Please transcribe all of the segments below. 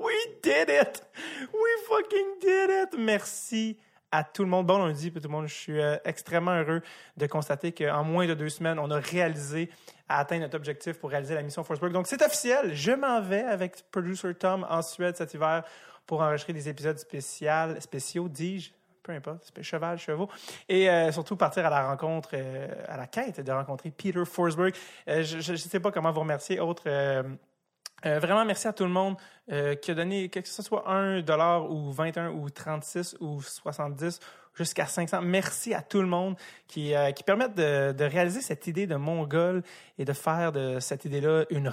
We did it! We fucking did it! Merci à tout le monde. Bon lundi, tout le monde. Je suis extrêmement heureux de constater qu'en moins de 2 semaines, on a réalisé à atteindre notre objectif pour réaliser la mission Forsberg. Donc, c'est officiel. Je m'en vais avec Producer Tom en Suède cet hiver pour enregistrer des épisodes spéciaux, dis-je. Peu importe, cheval, chevaux. Et surtout partir à la rencontre, à la quête de rencontrer Peter Forsberg. Je ne sais pas comment vous remercier, vraiment, merci à tout le monde qui a donné, que ce soit $1 ou 21 ou 36 ou 70 jusqu'à 500. Merci à tout le monde qui permettent de réaliser cette idée de Mongol et de faire de cette idée-là une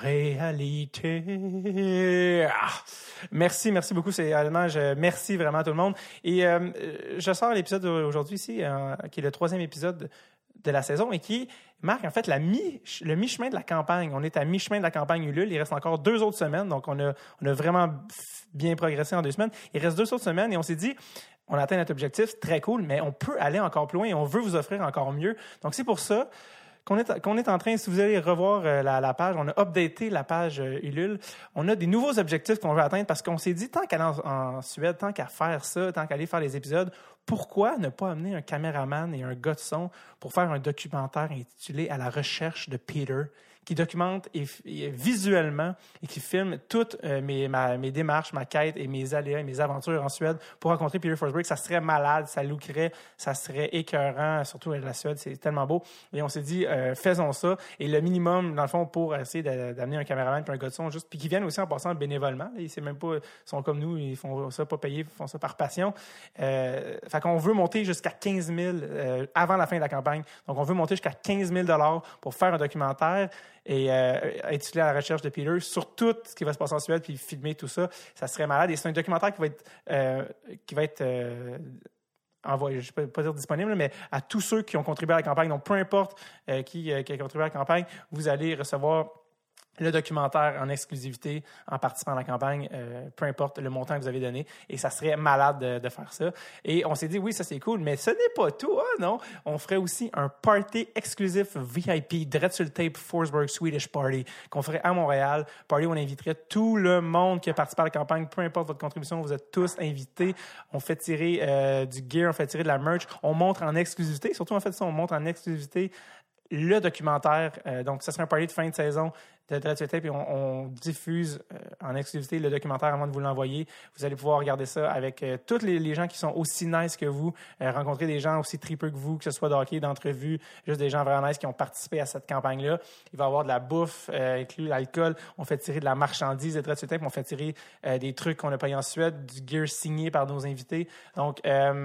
réalité. Merci beaucoup. Merci vraiment à tout le monde. Et je sors l'épisode aujourd'hui ici, qui est le 3e épisode de la saison et qui marque en fait le mi-chemin de la campagne. On est à mi-chemin de la campagne Ulule. Il reste encore 2 autres semaines. Donc, on a vraiment bien progressé en 2 semaines. Il reste 2 autres semaines et on s'est dit, on a atteint notre objectif, très cool, mais on peut aller encore plus loin et on veut vous offrir encore mieux. Donc, c'est pour ça qu'on est en train, si vous allez revoir la page, on a updaté la page Ulule. On a des nouveaux objectifs qu'on veut atteindre parce qu'on s'est dit, tant qu'aller en Suède, tant qu'à faire ça, tant qu'aller faire les épisodes, pourquoi ne pas amener un caméraman et un gars de son pour faire un documentaire intitulé « À la recherche de Peter » qui documente visuellement et qui filme toutes mes démarches, ma quête et mes aléas et mes aventures en Suède pour rencontrer Peter Forsberg. Ça serait malade, ça lookerait, ça serait écœurant, surtout la Suède, c'est tellement beau. Et on s'est dit, faisons ça. Et le minimum, dans le fond, pour essayer d'amener un caméraman puis un gars de son, juste puis qui viennent aussi en passant bénévolement. Là, ils même pas, sont comme nous, ils font ça pas payé, ils font ça par passion. Fait qu'on veut monter jusqu'à 15 000 avant la fin de la campagne. Donc, on veut monter jusqu'à 15 000 $ pour faire un documentaire et intitulé « À la recherche de Peter » sur tout ce qui va se passer en Suède puis filmer tout ça. Ça serait malade. Et c'est un documentaire qui va être envoyé, je peux pas dire disponible, mais à tous ceux qui ont contribué à la campagne. Donc, peu importe qui a contribué à la campagne, vous allez recevoir le documentaire en exclusivité en participant à la campagne, peu importe le montant que vous avez donné, et ça serait malade de faire ça. Et on s'est dit, oui, ça c'est cool, mais ce n'est pas tout, hein, non? On ferait aussi un party exclusif VIP, direct sur le tape Forsberg Swedish Party, qu'on ferait à Montréal. Party où on inviterait tout le monde qui a participé à la campagne, peu importe votre contribution, vous êtes tous invités. On fait tirer du gear, on fait tirer de la merch, on montre en exclusivité, surtout en fait ça, on montre en exclusivité le documentaire. Donc, ça serait un party de fin de saison de Dread sur le Tape et on diffuse en exclusivité le documentaire avant de vous l'envoyer. Vous allez pouvoir regarder ça avec tous les gens qui sont aussi nice que vous, rencontrer des gens aussi tripeux que vous, que ce soit de hockey, d'entrevue, juste des gens vraiment nice qui ont participé à cette campagne-là. Il va y avoir de la bouffe, inclus l'alcool. On fait tirer de la marchandise de Dread sur le Tape. On fait tirer des trucs qu'on a payés en Suède, du gear signé par nos invités. Donc,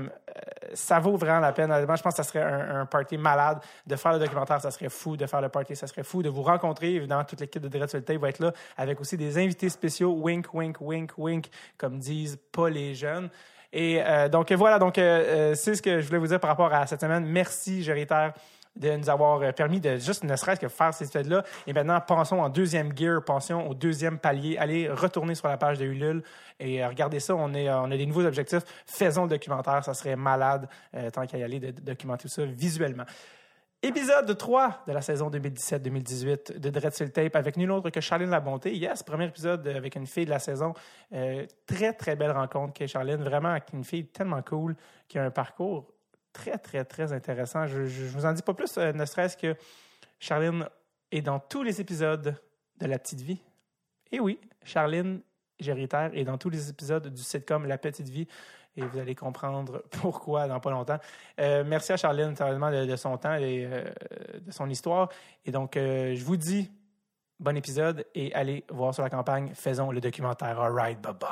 ça vaut vraiment la peine. Honnêtement, je pense que ça serait un party malade de faire le documentaire. Ça serait fou de faire le party. Ça serait fou de vous rencontrer. Évidemment, toute l'équipe de Dread sur le Tape va être là avec aussi des invités spéciaux. Wink, wink, wink, wink, comme disent pas les jeunes. Et donc, voilà. Donc, c'est ce que je voulais vous dire par rapport à cette semaine. Merci, Géritaire, de nous avoir permis de juste ne serait-ce que faire ces études-là. Et maintenant, pensons en deuxième gear, pensons au deuxième palier. Allez retourner sur la page de Ulule et regardez ça. On a des nouveaux objectifs. Faisons le documentaire. Ça serait malade tant qu'à y aller de documenter tout ça visuellement. Épisode 3 de la saison 2017-2018 de Dread sur le Tape avec nul autre que Charline Labonté. Yes, premier épisode avec une fille de la saison. Très, très belle rencontre qu'est Charline. Vraiment, une fille tellement cool qui a un parcours très, très, très intéressant. Je vous en dis pas plus, ne serait-ce que Charline est dans tous les épisodes de La Petite Vie. Et oui, Charline Géritaire est dans tous les épisodes du sitcom La Petite Vie. Et vous allez comprendre pourquoi dans pas longtemps. Merci à Charline, sérieusement, de son temps et de son histoire. Et donc, je vous dis bon épisode et allez voir sur la campagne. Faisons le documentaire. All right, bye-bye.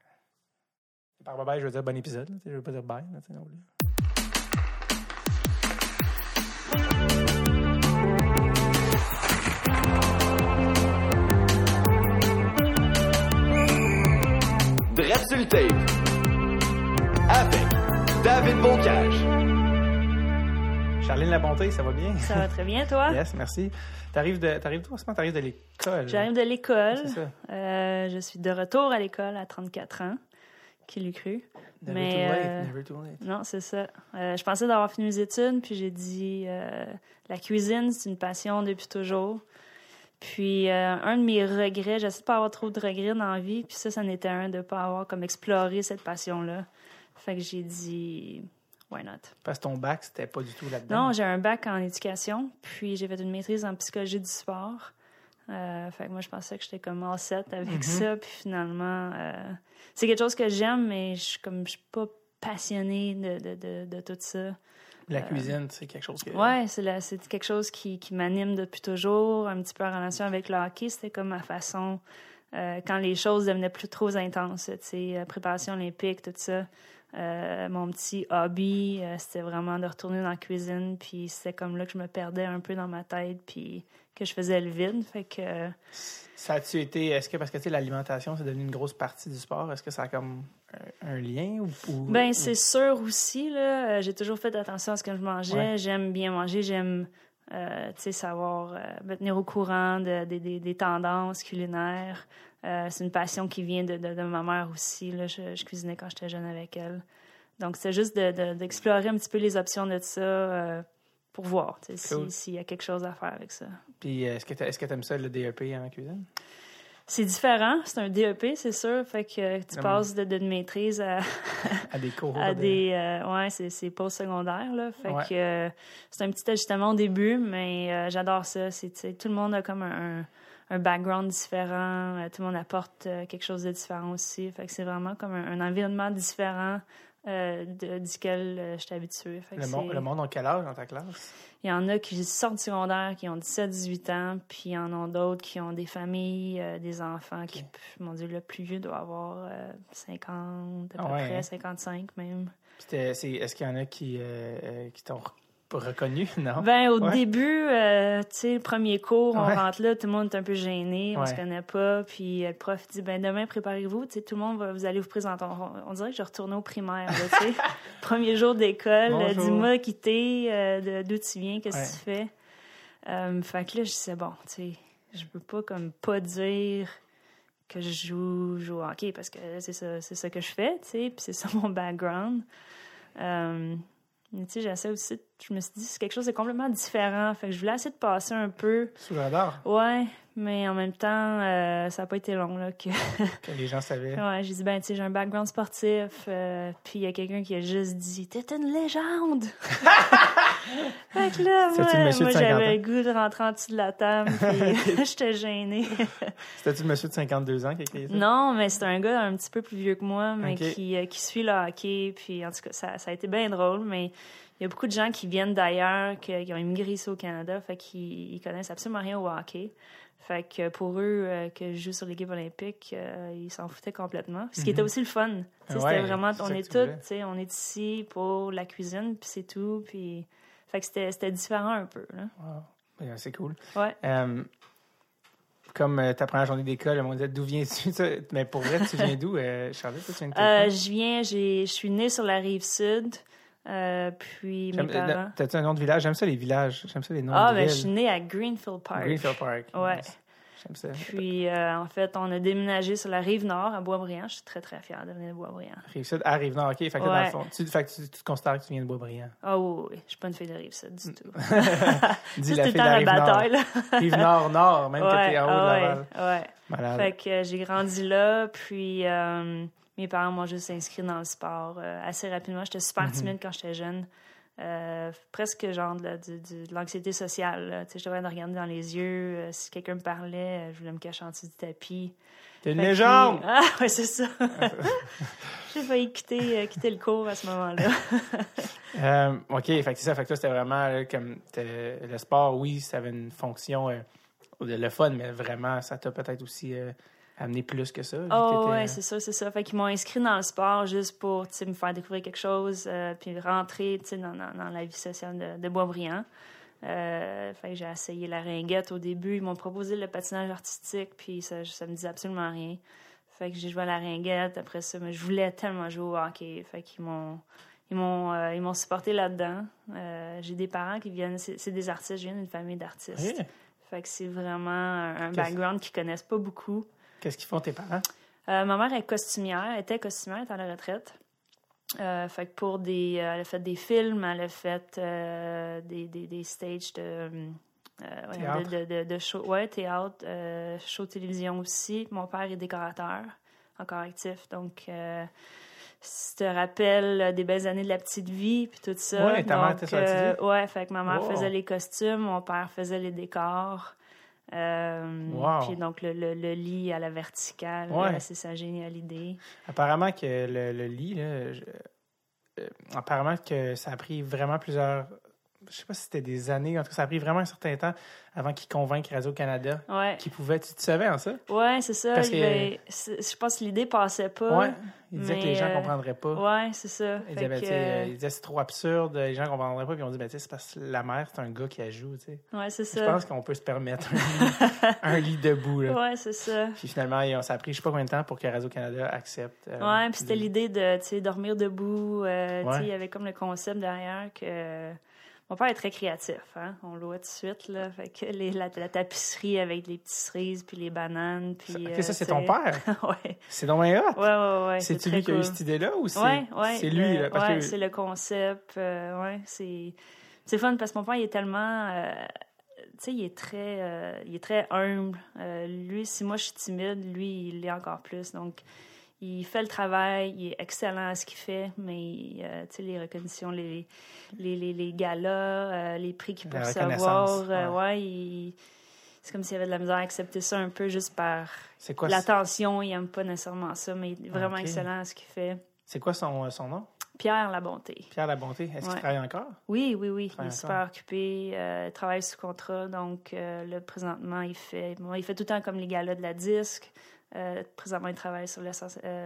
Par bye-bye, je veux dire bon épisode. Je veux pas dire bye. Non plus. Dread sur le Tape avec David Bocage. Charline Labonté, ça va bien? Ça va très bien, toi? Yes, merci. T'arrives de l'école. J'arrive de l'école. C'est ça. Je suis de retour à l'école à 34 ans. Qui l'eût cru? Never too late. Non, c'est ça. Je pensais d'avoir fini mes études, puis j'ai dit la cuisine, c'est une passion depuis toujours. Puis un de mes regrets, j'essaie de pas avoir trop de regrets dans la vie, puis ça en était un de pas avoir comme exploré cette passion-là. Fait que j'ai dit why not? Parce que ton bac, c'était pas du tout là-dedans. Non, j'ai un bac en éducation, puis j'ai fait une maîtrise en psychologie du sport. Fait que moi, je pensais que j'étais comme all set avec ça, puis finalement, c'est quelque chose que j'aime, mais je suis pas passionnée de tout ça. La cuisine, c'est quelque chose que... Ouais, c'est quelque chose qui m'anime depuis toujours, un petit peu en relation avec le hockey. C'était comme ma façon, quand les choses devenaient plus trop intenses, tu sais, préparation olympique, tout ça. Mon petit hobby, c'était vraiment de retourner dans la cuisine, puis c'était comme là que je me perdais un peu dans ma tête, puis que je faisais le vide, fait que... Ça a-tu été... Est-ce que, parce que, tu sais, l'alimentation, c'est devenu une grosse partie du sport, est-ce que ça a comme un lien ou... c'est sûr aussi, là. J'ai toujours fait attention à ce que je mangeais. Ouais. J'aime bien manger, j'aime, tu sais, savoir me tenir au courant des tendances culinaires. C'est une passion qui vient de ma mère aussi, là. Je cuisinais quand j'étais jeune avec elle. Donc, c'est juste d'explorer un petit peu les options de ça pour voir, tu sais, Cool. s'il y a quelque chose à faire avec ça. Puis, est-ce que t'aimes ça, le DEP en cuisine? C'est différent. C'est un DEP, c'est sûr. Fait que tu passes de maîtrise à des cours. ouais, c'est post-secondaire, là. Fait que c'est un petit ajustement au début, mais j'adore ça. C'est, tu sais, tout le monde a comme un background différent. Tout le monde apporte quelque chose de différent aussi. Fait que c'est vraiment comme un environnement différent duquel je suis habituée. Fait que le monde a quel âge dans ta classe? Il y en a qui sortent du secondaire, qui ont 17-18 ans, puis il y en a d'autres qui ont des familles, des enfants qui, mon Dieu, le plus vieux doit avoir 50, à peu près, 55 même. Est-ce qu'il y en a qui t'ont reconnu, non? Au début, tu sais, le premier cours, on rentre là, tout le monde est un peu gêné, on se connaît pas, puis le prof dit, demain, préparez-vous, tu sais, tout le monde vous allez vous présenter. On dirait que je retournais au primaire, là, tu sais. Premier jour d'école, dis-moi qui t'es, d'où tu viens, qu'est-ce que tu fais. Fait que là, je disais, bon, tu sais, je peux pas comme pas dire que je joue au hockey, parce que c'est ça que je fais, tu sais, puis c'est ça mon background. Mais tu sais, j'essaie aussi, je me suis dit, c'est quelque chose de complètement différent. Fait que je voulais essayer de passer un peu. Sous le radar? Ouais, mais en même temps, ça n'a pas été long, là, que les gens savaient. Ouais, j'ai dit, tu sais, j'ai un background sportif. Puis il y a quelqu'un qui a juste dit, t'es une légende! Fait que là, moi j'avais le goût de rentrer en dessous de la table, puis j'étais gênée. C'était-tu le monsieur de 52 ans qui a écrit ça? Non, mais c'est un gars un petit peu plus vieux que moi, mais qui suit le hockey. Puis en tout cas, ça a été bien drôle, mais il y a beaucoup de gens qui viennent d'ailleurs, qui ont immigré ici au Canada, fait qu'ils connaissent absolument rien au hockey. Fait que pour eux, que je joue sur l'équipe olympique, ils s'en foutaient complètement. Ce qui était aussi le fun. C'était vraiment, on est tous, on est ici pour la cuisine, puis c'est tout. Puis, fait que c'était différent un peu. Là. Wow. C'est cool. Ouais. Comme ta première journée d'école, on disait, d'où viens-tu? Mais pour vrai, tu viens d'où, Charlotte? Tu viens de je suis née sur la Rive-Sud. Puis mes parents... T'as-tu un nom de village? J'aime ça, les villages. J'aime ça, les noms de villes. Je suis née à Greenfield Park. Greenfield Park. Ouais. Nice. J'aime ça. Puis, en fait, on a déménagé sur la Rive-Nord, à Boisbriand. Je suis très, très fière de venir de Boisbriand. Rive-Sud à Rive-Nord, OK. Fait que dans le fond, tu te considères que tu viens de Boisbriand. Ah oui. Je suis pas une fille de Rive-Sud du tout. Dis la fille de la Rive-Nord. Rive-Nord, Nord, même que t'es en haut de Laval. Ouais. Malade. Fait que j'ai grandi là, puis mes parents m'ont juste inscrit dans le sport assez rapidement. J'étais super timide quand j'étais jeune. Presque genre de l'anxiété sociale. Je devais me regarder dans les yeux. Si quelqu'un me parlait, je voulais me cacher en dessous du tapis. T'es une légende! Ah, ouais, c'est ça. J'ai failli quitter le cours à ce moment-là. OK, fait que c'est ça. Fait que toi, c'était vraiment là, comme le sport, oui, ça avait une fonction le fun, mais vraiment, ça t'a peut-être aussi amené plus que ça. Ouais, c'est ça. Fait qu'ils m'ont inscrit dans le sport juste pour me faire découvrir quelque chose, puis rentrer dans la vie sociale de Boisbriand. Fait que j'ai essayé la ringuette au début. Ils m'ont proposé le patinage artistique, puis ça me disait absolument rien. Fait que j'ai joué à la ringuette. Après ça, mais je voulais tellement jouer au hockey. Fait qu'ils m'ont supporté là-dedans. J'ai des parents qui viennent... C'est des artistes. Je viens d'une famille d'artistes. Oui. Fait que c'est vraiment un background qu'ils connaissent pas beaucoup. Qu'est-ce qu'ils font tes parents? Ma mère était costumière, elle est à la retraite. Fait que elle a fait des films, elle a fait des stages Théâtre. de show, ouais, théâtre, show télévision aussi. Mon père est décorateur, encore actif. Donc, si tu te rappelles des belles années de la petite vie, puis tout ça. Oui, ta mère était sur la petite vie. Ouais, fait que ma mère faisait les costumes, mon père faisait les décors. Puis donc, le lit à la verticale, c'est sa géniale idée. Apparemment que le lit, là, apparemment que ça a pris vraiment plusieurs... Je sais pas si c'était des années, en tout cas, ça a pris vraiment un certain temps avant qu'ils convainquent Radio-Canada qu'ils pouvaient... Tu te savais en ça? Oui, c'est ça. Parce que... je pense que l'idée passait pas. Oui, ils disaient que les gens ne comprendraient pas. Oui, c'est ça. Ils disaient que c'est trop absurde, les gens ne comprendraient pas, puis on dit, c'est parce que la mère, c'est un gars qui ajoute, tu sais. Oui, c'est ça. Je pense qu'on peut se permettre un lit debout, là. Oui, c'est ça. Puis finalement, ça a pris je sais pas combien de temps pour que Radio-Canada accepte. Oui, puis c'était l'idée de, tu sais, dormir debout. Il y avait comme le concept derrière que... Mon père est très créatif, hein? On le voit tout de suite, là. Fait que la tapisserie avec les petites cerises puis les bananes. Puis, ça, c'est ton père? Oui. C'est donc bien hot! Oui. C'est-tu lui qui a eu cette idée-là ou c'est c'est lui? Là, parce que... c'est le concept. C'est fun parce que mon père, il est tellement... tu sais, il est très humble. Lui, si moi, je suis timide, lui, il l'est encore plus. Donc... Il fait le travail, il est excellent à ce qu'il fait, mais tu sais, les reconnaissances, les galas, les prix qu'il peut recevoir, c'est comme s'il avait de la misère à accepter ça un peu juste par l'attention. Il n'aime pas nécessairement ça, mais il est vraiment excellent à ce qu'il fait. C'est quoi son nom? Pierre Labonté. Pierre Labonté. Est-ce qu'il travaille encore? Oui. Il est super occupé. Il travaille sous contrat. Donc, là, présentement, il fait tout le temps comme les galas de la disque. Présentement, il travaille sur le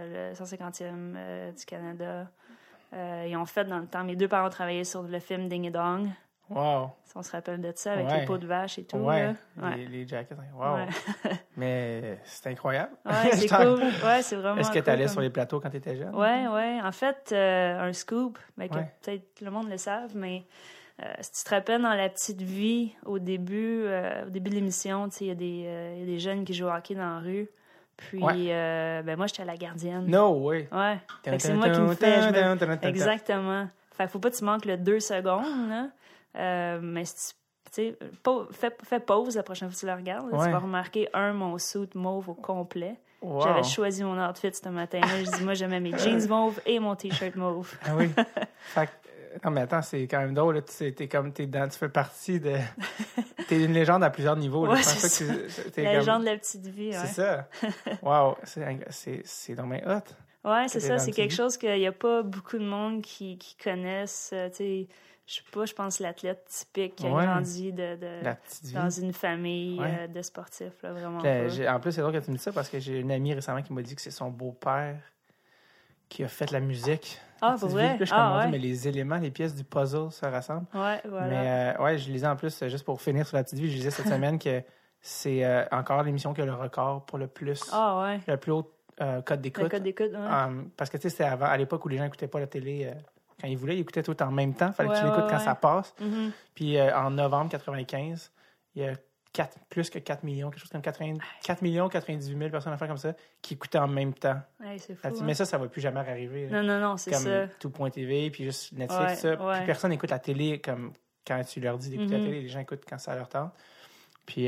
150e du Canada. Ils ont fait dans le temps. Mes deux parents ont travaillé sur le film Ding et Dong. Wow! Si on se rappelle de ça, avec les peaux de vache et tout. Les jackets. Wow! Mais c'est incroyable. Oui, c'est cool. Ouais, c'est vraiment Est-ce que tu allais cool, sur les plateaux quand tu étais jeune? Oui. En fait, un scoop, peut-être le monde le savent, mais si tu te rappelles dans La Petite Vie, au début de l'émission, il y a des jeunes qui jouent au hockey dans la rue. Puis, moi, j'étais la gardienne. No way! Ouais. Fait que c'est moi qui me fais. Exactement. Fait que faut pas que tu manques le 2 secondes, là. Mais si tu fais pause la prochaine fois que tu le regardes. Tu vas remarquer mon suit mauve au complet. Wow. J'avais choisi mon outfit ce matin-là. Je dis, moi, j'aimais mes jeans mauves et mon T-shirt mauve. Ah oui? Fait que, non, mais attends, c'est quand même drôle. Tu fais partie de... T'es une légende à plusieurs niveaux. Ouais, c'est ça. La légende de La Petite Vie, C'est ça. Wow, c'est donc bien hot. Oui, c'est ça. C'est quelque chose qu'il n'y a pas beaucoup de monde qui connaissent. Tu sais, je sais pas, je pense l'athlète typique qui a grandi dans une famille de sportifs, là, vraiment. En plus, c'est drôle que tu me dis ça parce que j'ai une amie récemment qui m'a dit que c'est son beau-père qui a fait la musique. Ah, pour vrai? Mais les éléments, les pièces du puzzle se rassemblent. Ouais, voilà. Mais je lisais en plus, juste pour finir sur La Petite Vie, je lisais cette semaine que c'est encore l'émission qui a le record pour le plus. Ah, ouais. Le plus haut code d'écoute. Le code d'écoute, parce que tu sais, c'était à l'époque où les gens n'écoutaient pas la télé quand ils voulaient, ils écoutaient tout en même temps. Il fallait que tu l'écoutes quand ça passe. Mm-hmm. Puis en novembre 95, il y a plus que 4 millions, quelque chose comme 4 millions 98 000 personnes, affaires comme ça, qui écoutaient en même temps. Ouais, c'est fou, mais ça va plus jamais arriver. Non, c'est comme ça. Tout.tv, puis juste Netflix, ça. Puis personne n'écoute la télé comme quand tu leur dis d'écouter la télé. Les gens écoutent quand ça leur tente. Puis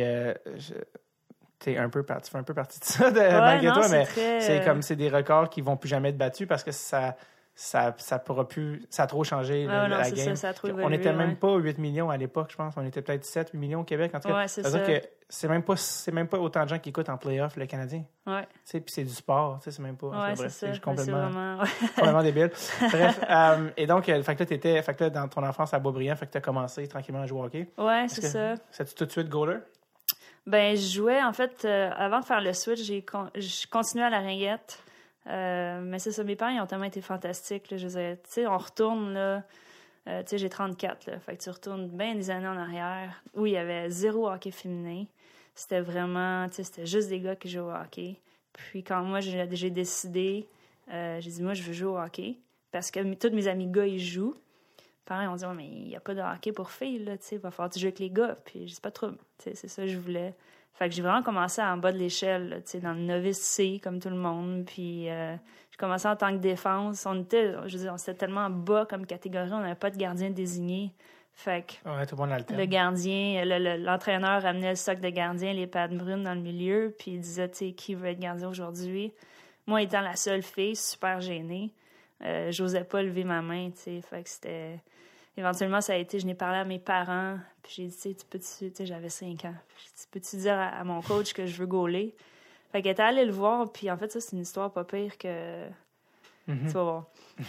tu fais un peu partie de ça, malgré toi, mais c'est des records qui vont plus jamais être battus parce que ça pourra plus... Ça a trop changé, la game. Ça a trop évolué, on n'était même pas 8 millions à l'époque, je pense. On était peut-être 7-8 millions au Québec. En tout cas, c'est ça. Que c'est même pas autant de gens qui écoutent en play-off le Canadien. Ouais. Puis c'est du sport, c'est même pas... Ouais, bref, c'est complètement débile. Bref, et donc, fait que là, dans ton enfance à Boisbriand, fait que tu as commencé tranquillement à jouer au hockey. Ouais, c'est ça. C'est-tu tout de suite goaler? Ben, je jouais, en fait, avant de faire le switch, je continuais à la ringuette. Mais c'est ça, mes parents, ils ont tellement été fantastiques. Là, je veux dire, tu sais, on retourne, là, tu sais, j'ai 34, là, fait que tu retournes bien des années en arrière, où il y avait 0 hockey féminin. C'était vraiment, tu sais, c'était juste des gars qui jouaient au hockey. Puis quand moi, j'ai décidé, j'ai dit, moi, je veux jouer au hockey, parce que tous mes amis gars, ils jouent. Pareil, on dit, mais il n'y a pas de hockey pour filles, là, tu sais, il va falloir jouer avec les gars. Puis je dis, pas trop, tu sais, c'est ça que je voulais. Fait que j'ai vraiment commencé en bas de l'échelle, tu sais, dans le novice C, comme tout le monde. Puis j'ai commencé en tant que défense. On était tellement bas comme catégorie, on n'avait pas de gardien désigné. Fait que Ouais, tout le monde alterne. le gardien, l'entraîneur ramenait le stock de gardien, les pattes brunes dans le milieu, puis il disait, tu sais, qui veut être gardien aujourd'hui? Moi, étant la seule fille, super gênée, j'osais pas lever ma main, tu sais. Fait que c'était... Éventuellement, ça a été, je n'ai parlé à mes parents, puis j'ai dit, tu sais, j'avais 5 ans. J'ai dit, peux-tu dire à mon coach que je veux gauler? Fait qu'elle était allée le voir, puis en fait, ça, c'est une histoire pas pire que... Tu vas voir.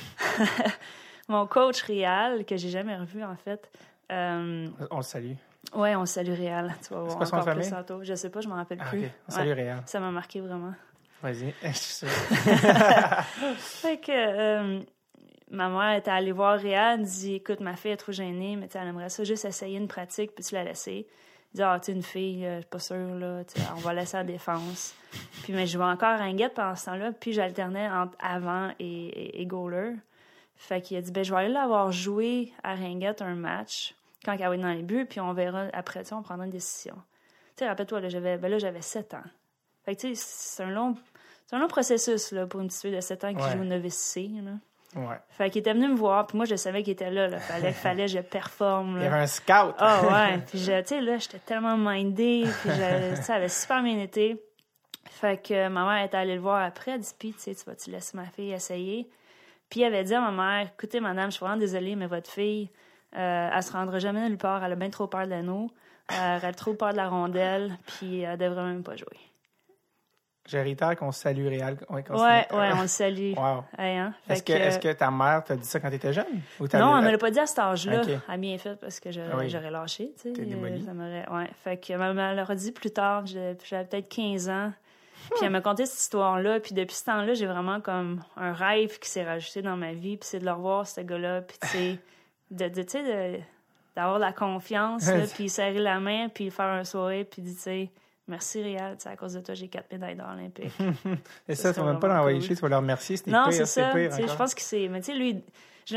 Mon coach Réal, que j'ai jamais revu, en fait... On le salue. Oui, on salue Réal. Tu vas voir c'est quoi son encore plus famille? tantôt. Je sais pas, je m'en rappelle plus. OK. On salue Réal. Ça m'a marqué vraiment. Vas-y. Je suis sûr. Fait que ma mère était allée voir Réal, elle dit, écoute, ma fille est trop gênée, mais elle aimerait ça juste essayer une pratique, puis tu la laisser. Il dit, tu es une fille, je suis pas sûre, là, on va laisser la défense. Puis, mais je jouais encore à ringuette pendant ce temps-là, puis j'alternais entre avant et goaler. Fait qu'il a dit, je vais aller l'avoir joué à ringuette un match, quand elle va être dans les buts, puis on verra après, on prendra une décision. Tu sais, rappelle-toi, là, j'avais 7 ans. Fait que, tu sais, c'est un long processus, là, pour une petite fille de 7 ans qui joue au novice C, là. Ouais. Fait qu'il était venu me voir, puis moi, je savais qu'il était là. Fallait que je performe. Là. Il y avait un scout. Ah ouais. Puis, tu sais, là, j'étais tellement mindée, puis ça avait super bien été. Fait que ma mère était allée le voir après. Elle dit, puis, tu sais, tu vas-tu laisser ma fille essayer? Puis, elle avait dit à ma mère, écoutez, madame, je suis vraiment désolée, mais votre fille, elle se rendra jamais nulle part. Elle a bien trop peur de l'anneau. Elle a trop peur de la rondelle, puis elle devrait même pas jouer. J'ai réitéré qu'on salue Réal. Ouais, on le salue. Wow. Hey, hein? Est-ce que ta mère t'a dit ça quand t'étais jeune? Ou non, elle me l'a pas dit à cet âge-là. Okay. Elle a bien fait parce que j'aurais lâché. Tu sais, t'es démolie. Ouais. Fait que elle leur a dit plus tard, j'avais peut-être 15 ans. Puis elle m'a conté cette histoire-là. Puis depuis ce temps-là, j'ai vraiment comme un rêve qui s'est rajouté dans ma vie. Puis c'est de le revoir, ce gars-là. Puis tu sais, d'avoir de la confiance, là, puis serrer la main, puis faire un sourire, puis dire, tu sais, merci Réal, à cause de toi, j'ai 4 médailles d'or olympiques. Et ça, tu vas même pas l'envoyer chier, tu vas le remercier. C'était non, pire, c'est ça. Pire, je pense que c'est. Mais tu sais, lui,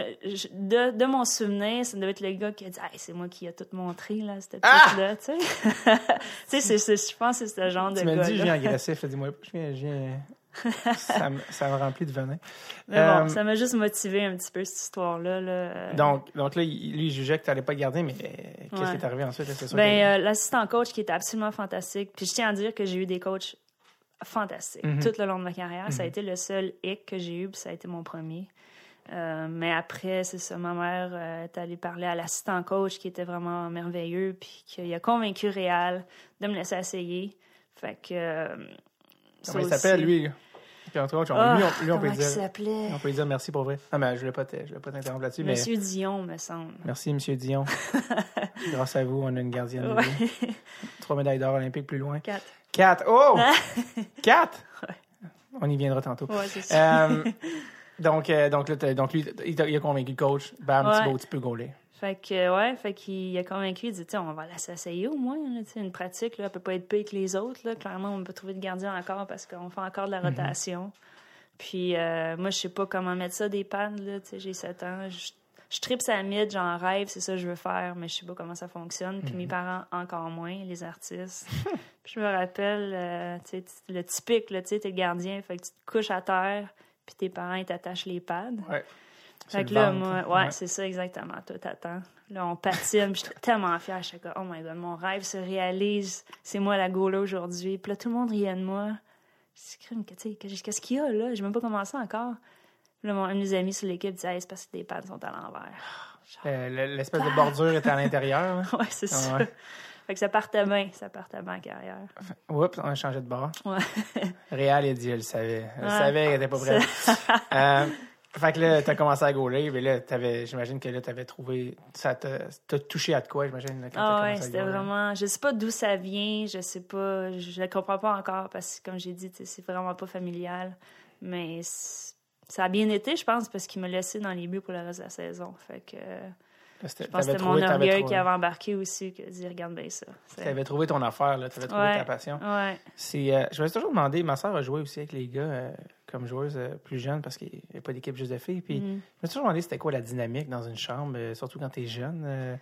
de mon souvenir, ça devait être le gars qui a dit, hey, c'est moi qui a tout montré, là, cette petite-là, tu sais. Tu sais, je pense que c'est ce genre de gars. Tu m'as dit, je viens agressif, dis-moi, je viens. ça me remplit de venin. Mais bon, ça m'a juste motivé un petit peu, cette histoire-là. Là. Donc là, lui, il jugeait que tu n'allais pas le garder, mais qu'est-ce qui est arrivé ensuite? C'est sûr l'assistant coach qui était absolument fantastique. Puis je tiens à dire que j'ai eu des coachs fantastiques tout le long de ma carrière. Ça a été le seul hic que j'ai eu, puis ça a été mon premier. Mais après, c'est ça, ma mère est allée parler à l'assistant coach qui était vraiment merveilleux, puis qui a convaincu Réal de me laisser essayer. Fait que... Comment il s'appelle, lui? Puis entre autres, lui, on peut dire. On peut lui dire merci pour vrai. Non, mais je ne voulais pas t'interrompre là-dessus. Monsieur Dion, me semble. Merci, Monsieur Dion. Grâce à vous, on a une gardienne de vie. 3 médailles d'or olympiques plus loin. 4. Oh! 4? Ouais. On y viendra tantôt. Oui, c'est ça. Donc lui, il a convaincu le coach. Bam, tu peux gauler. Fait qu'il a convaincu, il dit, on va l'essayer au moins, là, une pratique, là, elle peut pas être pire que les autres, là. Clairement, on peut trouver de gardien encore parce qu'on fait encore de la rotation. Puis, moi, je sais pas comment mettre ça des pannes, là, j'ai 7 ans, je tripe sa mid, j'en rêve, c'est ça que je veux faire, mais je sais pas comment ça fonctionne. Puis mes parents, encore moins, les artistes. Puis je me rappelle, le typique, là, tu sais, t'es le gardien, fait que tu te couches à terre, puis tes parents, ils t'attachent les pads. Ouais. Fait que là, moi, c'est ça exactement. Toi, t'attends. Là, on patine. Puis je suis tellement fière. Je suis comme, oh my God, mon rêve se réalise. C'est moi la goaler aujourd'hui. Puis là, tout le monde riait de moi. Je dis, qu'est-ce qu'il y a là? J'ai même pas commencé encore. Puis là, un de mes amis sur l'équipe dit, hey, c'est parce que tes pads sont à l'envers. L'espèce de bordure était à l'intérieur. Oui, c'est ça. Ouais. Fait que ça partait bien en carrière. Oups, on a changé de bord. Ouais. Réal, il a dit, je le savais. Je savais qu'elle était pas prête. Fait que là, t'as commencé à gauler, mais là, j'imagine que là, t'avais trouvé, ça t'a touché à de quoi, j'imagine, quand t'as commencé à c'était vraiment, je sais pas d'où ça vient, je sais pas, je le comprends pas encore parce que, comme j'ai dit, c'est vraiment pas familial, mais ça a bien été, je pense, parce qu'il m'a laissé dans les buts pour le reste de la saison, fait que... Je pense que c'était mon orgueil qui avait embarqué aussi, qui a dit, regarde bien ça. Tu avais trouvé ton affaire, là, tu avais trouvé ta passion. Ouais. Je me suis toujours demandé, ma soeur a joué aussi avec les gars comme joueuse plus jeune parce qu'il n'y a pas d'équipe juste de filles. Puis je me suis toujours demandé c'était quoi la dynamique dans une chambre, surtout quand tu es jeune.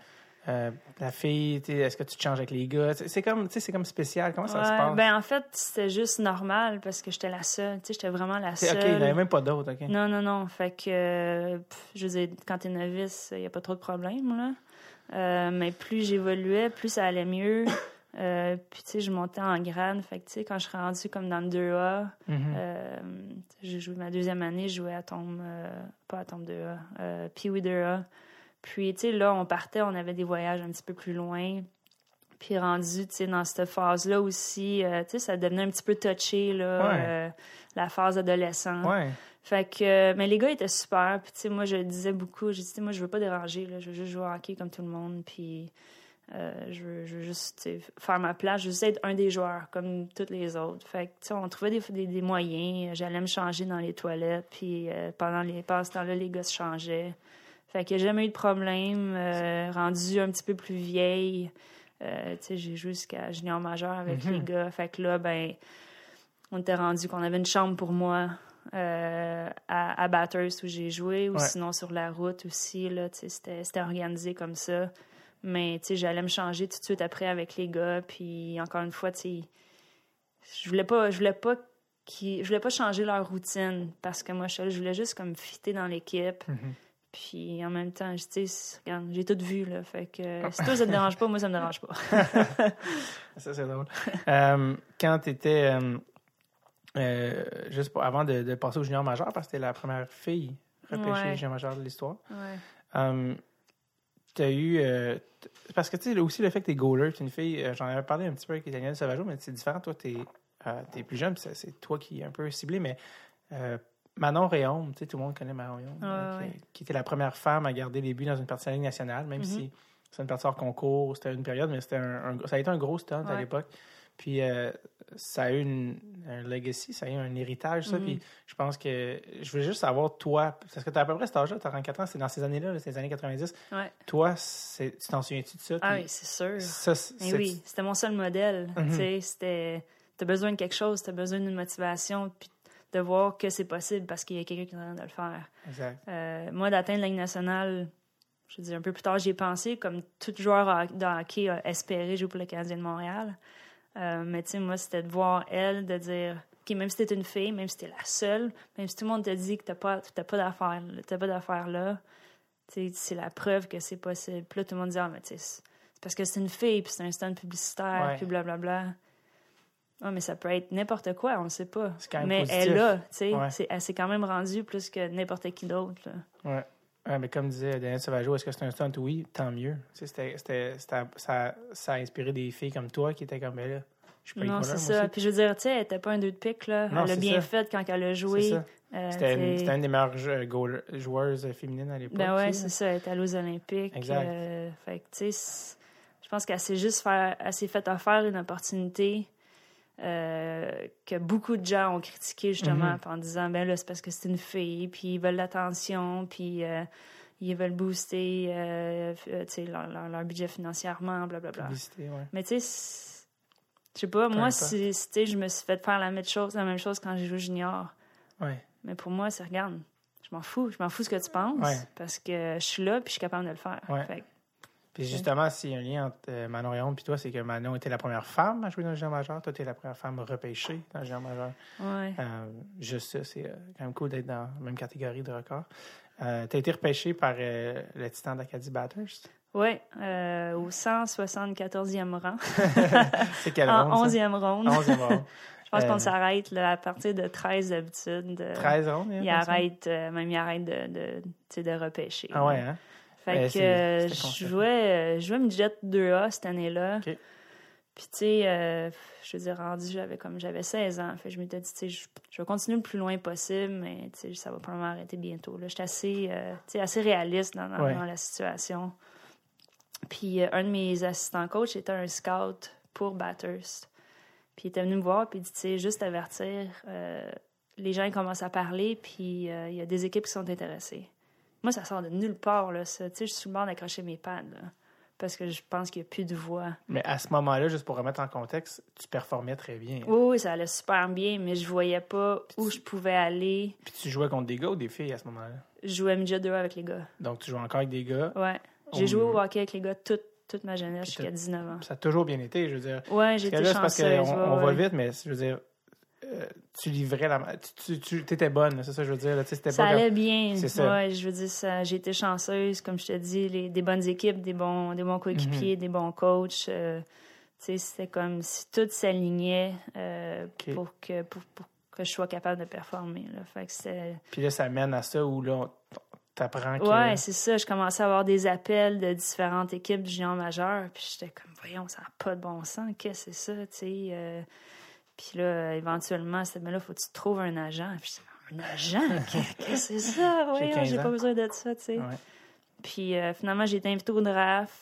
La fille, est-ce que tu te changes avec les gars? C'est comme spécial. Comment ça se passe? Ben en fait, c'était juste normal parce que j'étais la seule. J'étais vraiment la seule. OK, il n'y avait même pas d'autres. Non. Fait que, je veux dire, quand t'es novice, il n'y a pas trop de problèmes, là. Mais plus j'évoluais, plus ça allait mieux. Puis, tu sais, je montais en grade. Fait que, tu sais, quand je suis rendue comme dans le 2A, j'ai joué ma deuxième année, je jouais à tombe... pas à tombe 2A, Pee-wee 2A. Puis, tu sais, là, on partait, on avait des voyages un petit peu plus loin. Puis, rendu, tu sais, dans cette phase-là aussi, tu sais, ça devenait un petit peu touché, là, la phase adolescente. Ouais. Fait que... mais les gars étaient super. Puis, tu sais, moi, je disais beaucoup. J'ai dit, moi, je veux pas déranger, là. Je veux juste jouer au hockey comme tout le monde. Puis... je veux juste faire ma place, je veux juste être un des joueurs comme tous les autres. Fait que, on trouvait des moyens. J'allais me changer dans les toilettes, puis pendant ce temps-là, les gars se changeaient. Fait que j'ai jamais eu de problème. Rendu un petit peu plus vieille, j'ai joué jusqu'à junior majeur avec les gars. Fait que là, ben, on était rendu qu'on avait une chambre pour moi à Bathurst où j'ai joué, ou sinon sur la route aussi. Là, c'était organisé comme ça. Mais, tu sais, j'allais me changer tout de suite après avec les gars. Puis, encore une fois, tu sais, je voulais pas changer leur routine parce que moi, je voulais juste comme fitter dans l'équipe. Puis, en même temps, tu sais, regarde, j'ai tout vu, là. Fait que si toi, ça te dérange pas, moi, ça me dérange pas. Ça, c'est drôle. Quand tu étais, juste avant de passer au junior majeur, parce que t'es la première fille repêchée junior majeur de l'histoire. T'as eu... parce que, tu sais, aussi le fait que t'es goaler, t'es une fille... j'en avais parlé un petit peu avec Daniel Sauvageau, mais c'est différent. Toi, t'es plus jeune, puis c'est toi qui est un peu ciblé, mais Manon Réaume, tu sais, tout le monde connaît Manon Réaume, qui était la première femme à garder les buts dans une partie de la Ligue nationale, même si c'est une partie hors concours, c'était une période, mais ça a été un gros stunt à l'époque. Puis ça a eu un legacy, ça a eu un héritage, ça. Puis je pense que je veux juste savoir, toi, parce que tu as à peu près cet âge-là, tu as 34 ans, c'est dans ces années-là, c'est les années 90. Toi, tu t'en souviens-tu de ça? Ah oui, c'est sûr. Ça, oui, c'était mon seul modèle. Tu sais, t'as besoin de quelque chose, t'as besoin d'une motivation, puis de voir que c'est possible parce qu'il y a quelqu'un qui est en train de le faire. Exact. Moi, d'atteindre la Ligue nationale, je veux dire, un peu plus tard, j'y ai pensé, comme tout joueur de hockey a espéré jouer pour le Canadien de Montréal. Mais tu sais, moi, c'était de voir elle, de dire, OK, même si t'es une fille, même si t'es la seule, même si tout le monde te dit que t'as pas d'affaires là, tu sais, c'est la preuve que c'est possible. Puis là, tout le monde dit, ah, mais tu sais, c'est parce que c'est une fille, puis c'est un stand publicitaire, puis blablabla. Ah, mais ça peut être n'importe quoi, on ne sait pas. C'est quand même mais positif. elle là, tu sais, elle s'est quand même rendue plus que n'importe qui d'autre. Oui. Mais comme disait Daniel Sauvageau, est-ce que c'est un stunt? Oui, tant mieux. Tu sais, ça a inspiré des filles comme toi qui étaient comme, ben là, je suis pas non, c'est ça. Aussi. Puis je veux dire, tu sais, elle n'était pas un 2 de pique, là. Non, elle a bien ça. fait quand elle a joué. C'était une des meilleures joueuses féminines à l'époque. Ben ouais, c'est ça. Elle était allée aux Olympiques. Exact. Fait que, tu sais, je pense qu'elle s'est fait offrir une opportunité que beaucoup de gens ont critiqué, justement, en disant, ben là, c'est parce que c'est une fille, puis ils veulent l'attention, puis ils veulent booster leur budget financièrement, blablabla. Publicité, ouais. Mais tu sais, je sais pas, moi, je me suis fait faire la même chose quand j'ai joué junior. Ouais. Mais pour moi, c'est, regarde, je m'en fous ce que tu penses, parce que je suis là, puis je suis capable de le faire. Ouais. Fait. Puis justement, s'il y a un lien entre Manon Réaume et toi, c'est que Manon était la première femme à jouer dans le junior majeur. Toi, tu es la première femme repêchée dans le junior majeur. Ouais. Juste ça, c'est quand même cool d'être dans la même catégorie de record. Tu as été repêché par le Titan d'Acadie Bathurst. Oui, au 174e rang. C'est quelle ronde? En 11e ronde. 11e ronde. Je pense qu'on s'arrête là, à partir de 13 d'habitude. 13 rondes? Il arrête de repêcher. Ah ouais, hein? Fait que je jouais midget 2A cette année-là. Okay. Puis, tu sais, je veux dire, j'avais 16 ans. Fait que je m'étais dit, tu sais, je vais continuer le plus loin possible, mais, tu sais, ça va probablement arrêter bientôt. J'étais assez réaliste dans la situation. Puis, un de mes assistants coach était un scout pour Bathurst. Puis, il était venu me voir, puis il dit, tu sais, juste avertir, les gens ils commencent à parler, puis il y a des équipes qui sont intéressées. Moi, ça sort de nulle part, là, ça. Tu sais, je suis sur le bord d'accrocher mes pads, là, parce que je pense qu'il n'y a plus de voix. Mais à ce moment-là, juste pour remettre en contexte, tu performais très bien. Oui, ça allait super bien, mais je voyais pas où je pouvais aller. Puis tu jouais contre des gars ou des filles à ce moment-là? Je jouais midget 2 avec les gars. Donc, tu jouais encore avec des gars? Ouais. J'ai joué au hockey avec les gars toute ma jeunesse jusqu'à 19 ans. Ça a toujours bien été, je veux dire. Ouais, j'ai été chanceuse. Parce qu'on va vite, mais je veux dire, tu livrais tu étais bonne, c'est ça que je veux dire. Là, c'était ça pas allait bien. C'est ça. Ouais, je veux dire, j'ai été chanceuse, comme je te dis, des bonnes équipes, des bons coéquipiers, des bons coachs. C'était comme si tout s'alignait pour que je sois capable de performer. Là. Fait que puis là, ça mène à ça où là, t'apprends que... Ouais, c'est ça. Je commençais à avoir des appels de différentes équipes du junior majeur. Puis j'étais comme, voyons, ça n'a pas de bon sens. Qu'est-ce que c'est ça, tu sais? Puis là, éventuellement, c'était, mais là, faut que tu trouves un agent. Puis j'étais, un agent? Qu'est-ce que c'est ça? Voyons, j'ai pas besoin de ça, tu sais. Ouais. Puis finalement, j'ai été invitée au draft.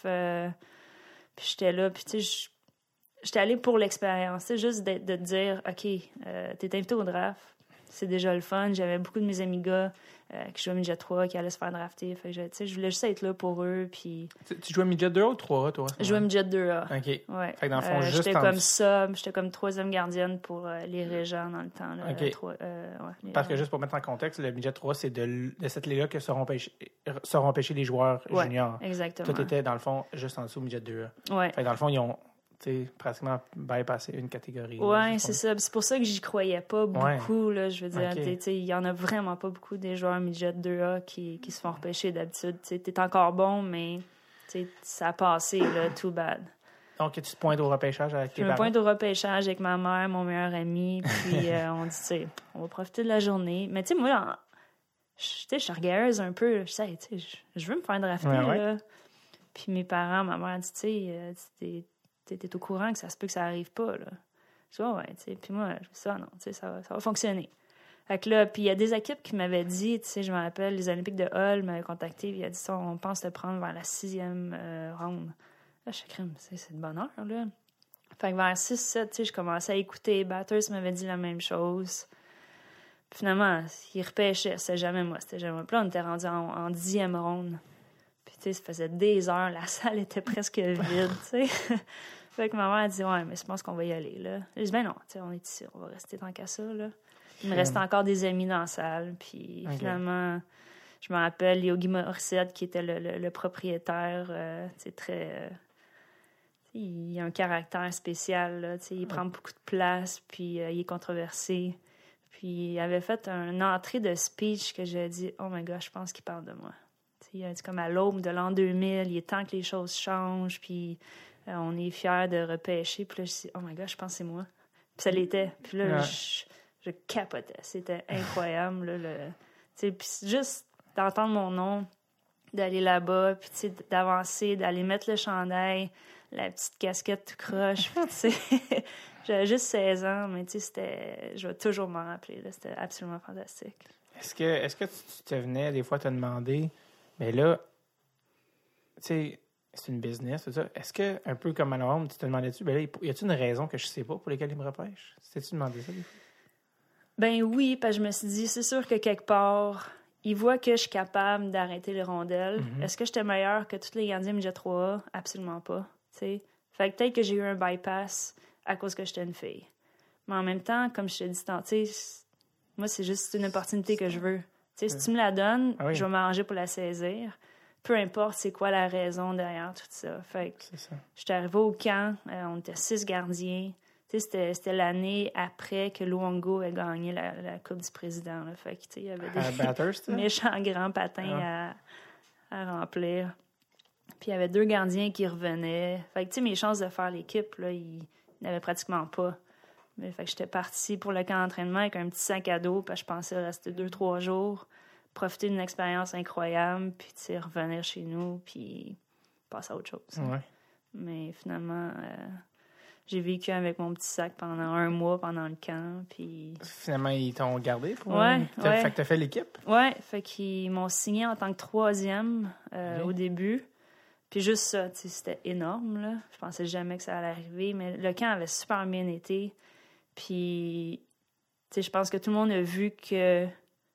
Puis j'étais là. Puis tu sais, j'étais allée pour l'expérience. C'est juste de te dire, OK, t'es invité au draft. C'est déjà le fun. J'avais beaucoup de mes amis gars qui jouaient midget 3, qui allaient se faire drafter. Fait que je voulais juste être là pour eux. Puis... Tu jouais midget 2A ou 3A, toi? Je jouais midget 2A. OK. Ouais. Fait que dans le fond, juste j'étais comme sub, j'étais comme 3e gardienne pour les régents dans le temps. Là, OK. Parce que juste pour mettre en contexte, le midget 3, c'est de cette ligue-là que seront pêchés les joueurs juniors. Exactement. Tout était, dans le fond, juste en dessous midget 2A. Ouais. Fait que dans le fond, ils ont... pratiquement bypasser une catégorie. Oui, c'est ça. C'est pour ça que j'y croyais pas beaucoup. Là, je veux dire, il y en a vraiment pas beaucoup des joueurs midget 2A qui se font repêcher d'habitude. Tu es encore bon, mais ça a passé, là, too bad. Donc, tu te pointes au repêchage avec tes parents? Je me pointe au repêchage avec ma mère, mon meilleur ami, puis on dit, on va profiter de la journée. Mais tu sais, moi, je suis regardeuse un peu. Je veux me faire drafter. Là. Puis mes parents, ma mère dit, t'es au courant que ça se peut que ça arrive pas, là. Je dis, ouais, tu sais. Puis moi, je me dis, non, tu sais, ça va fonctionner. Fait que là, puis il y a des équipes qui m'avaient dit, tu sais, je me rappelle, les Olympiques de Hull m'avaient contacté, puis il a dit ça, on pense te prendre vers la 6e ronde. Là, je suis crème, c'est de bonne heure, là. Fait que vers 6-7, tu sais, je commençais à écouter. Batters m'avait dit la même chose. Puis finalement, ils repêchaient, c'était jamais moi. Puis là, on était rendu en 10e ronde. Puis, tu sais, ça faisait des heures, la salle était presque vide, tu sais. Fait que ma mère a dit, ouais, mais je pense qu'on va y aller, là. J'ai dit, ben non, tu sais, on est ici, on va rester tant qu'à ça, là. Il me restait encore des amis dans la salle. Puis finalement, je me rappelle, Yogi Morissette, qui était le propriétaire, c'est très... il a un caractère spécial, là, il prend beaucoup de place, puis il est controversé. Puis il avait fait une entrée de speech que j'ai dit, oh my God, je pense qu'il parle de moi. Il a dit comme à l'aube de l'an 2000, il est temps que les choses changent, puis on est fiers de repêcher. Puis là, je dis, oh my God, je pense que c'est moi. Puis ça l'était. Puis là, je capotais. C'était incroyable. Là, puis juste d'entendre mon nom, d'aller là-bas, puis d'avancer, d'aller mettre le chandail, la petite casquette tout croche. Puis j'avais juste 16 ans, mais je vais toujours m'en rappeler. Là, c'était absolument fantastique. Est-ce que tu te venais des fois te demander, mais là, tu sais, c'est une business, tout ça. Est-ce que, un peu comme à Novembre, tu te demandais-tu, ben là, y a-t-il une raison que je sais pas pour laquelle ils me repêchent? T'es-tu demandé ça des fois? Ben oui, parce que je me suis dit, c'est sûr que quelque part, ils voient que je suis capable d'arrêter les rondelles. Mm-hmm. Est-ce que j'étais meilleure que tous les gardiens midget 3A? Absolument pas. T'sais. Fait que peut-être que j'ai eu un bypass à cause que j'étais une fille. Mais en même temps, comme je te dis tantôt, moi, c'est juste une opportunité que je veux. Si tu me la donnes, je vais m'arranger pour la saisir. Peu importe c'est quoi la raison derrière tout ça. Fait que j'étais arrivée au camp, on était 6 gardiens. C'était l'année après que Luongo ait gagné la Coupe du Président. Là. Fait que, il y avait des méchants grands patins à remplir. Puis il y avait 2 gardiens qui revenaient. Fait que, mes chances de faire l'équipe, là, ils n'avaient pratiquement pas. Mais fait que j'étais partie pour le camp d'entraînement avec un petit sac à dos, parce que je pensais rester 2-3 jours, profiter d'une expérience incroyable, puis revenir chez nous, puis passer à autre chose. Ouais. Mais finalement, j'ai vécu avec mon petit sac pendant 1 mois, pendant le camp, puis... Finalement, ils t'ont gardé pour... Fait que t'as fait l'équipe? Ouais, fait qu'ils m'ont signé en tant que 3e au début. Puis juste ça, c'était énorme, là. Je pensais jamais que ça allait arriver, mais le camp avait super bien été. Puis, je pense que tout le monde a vu que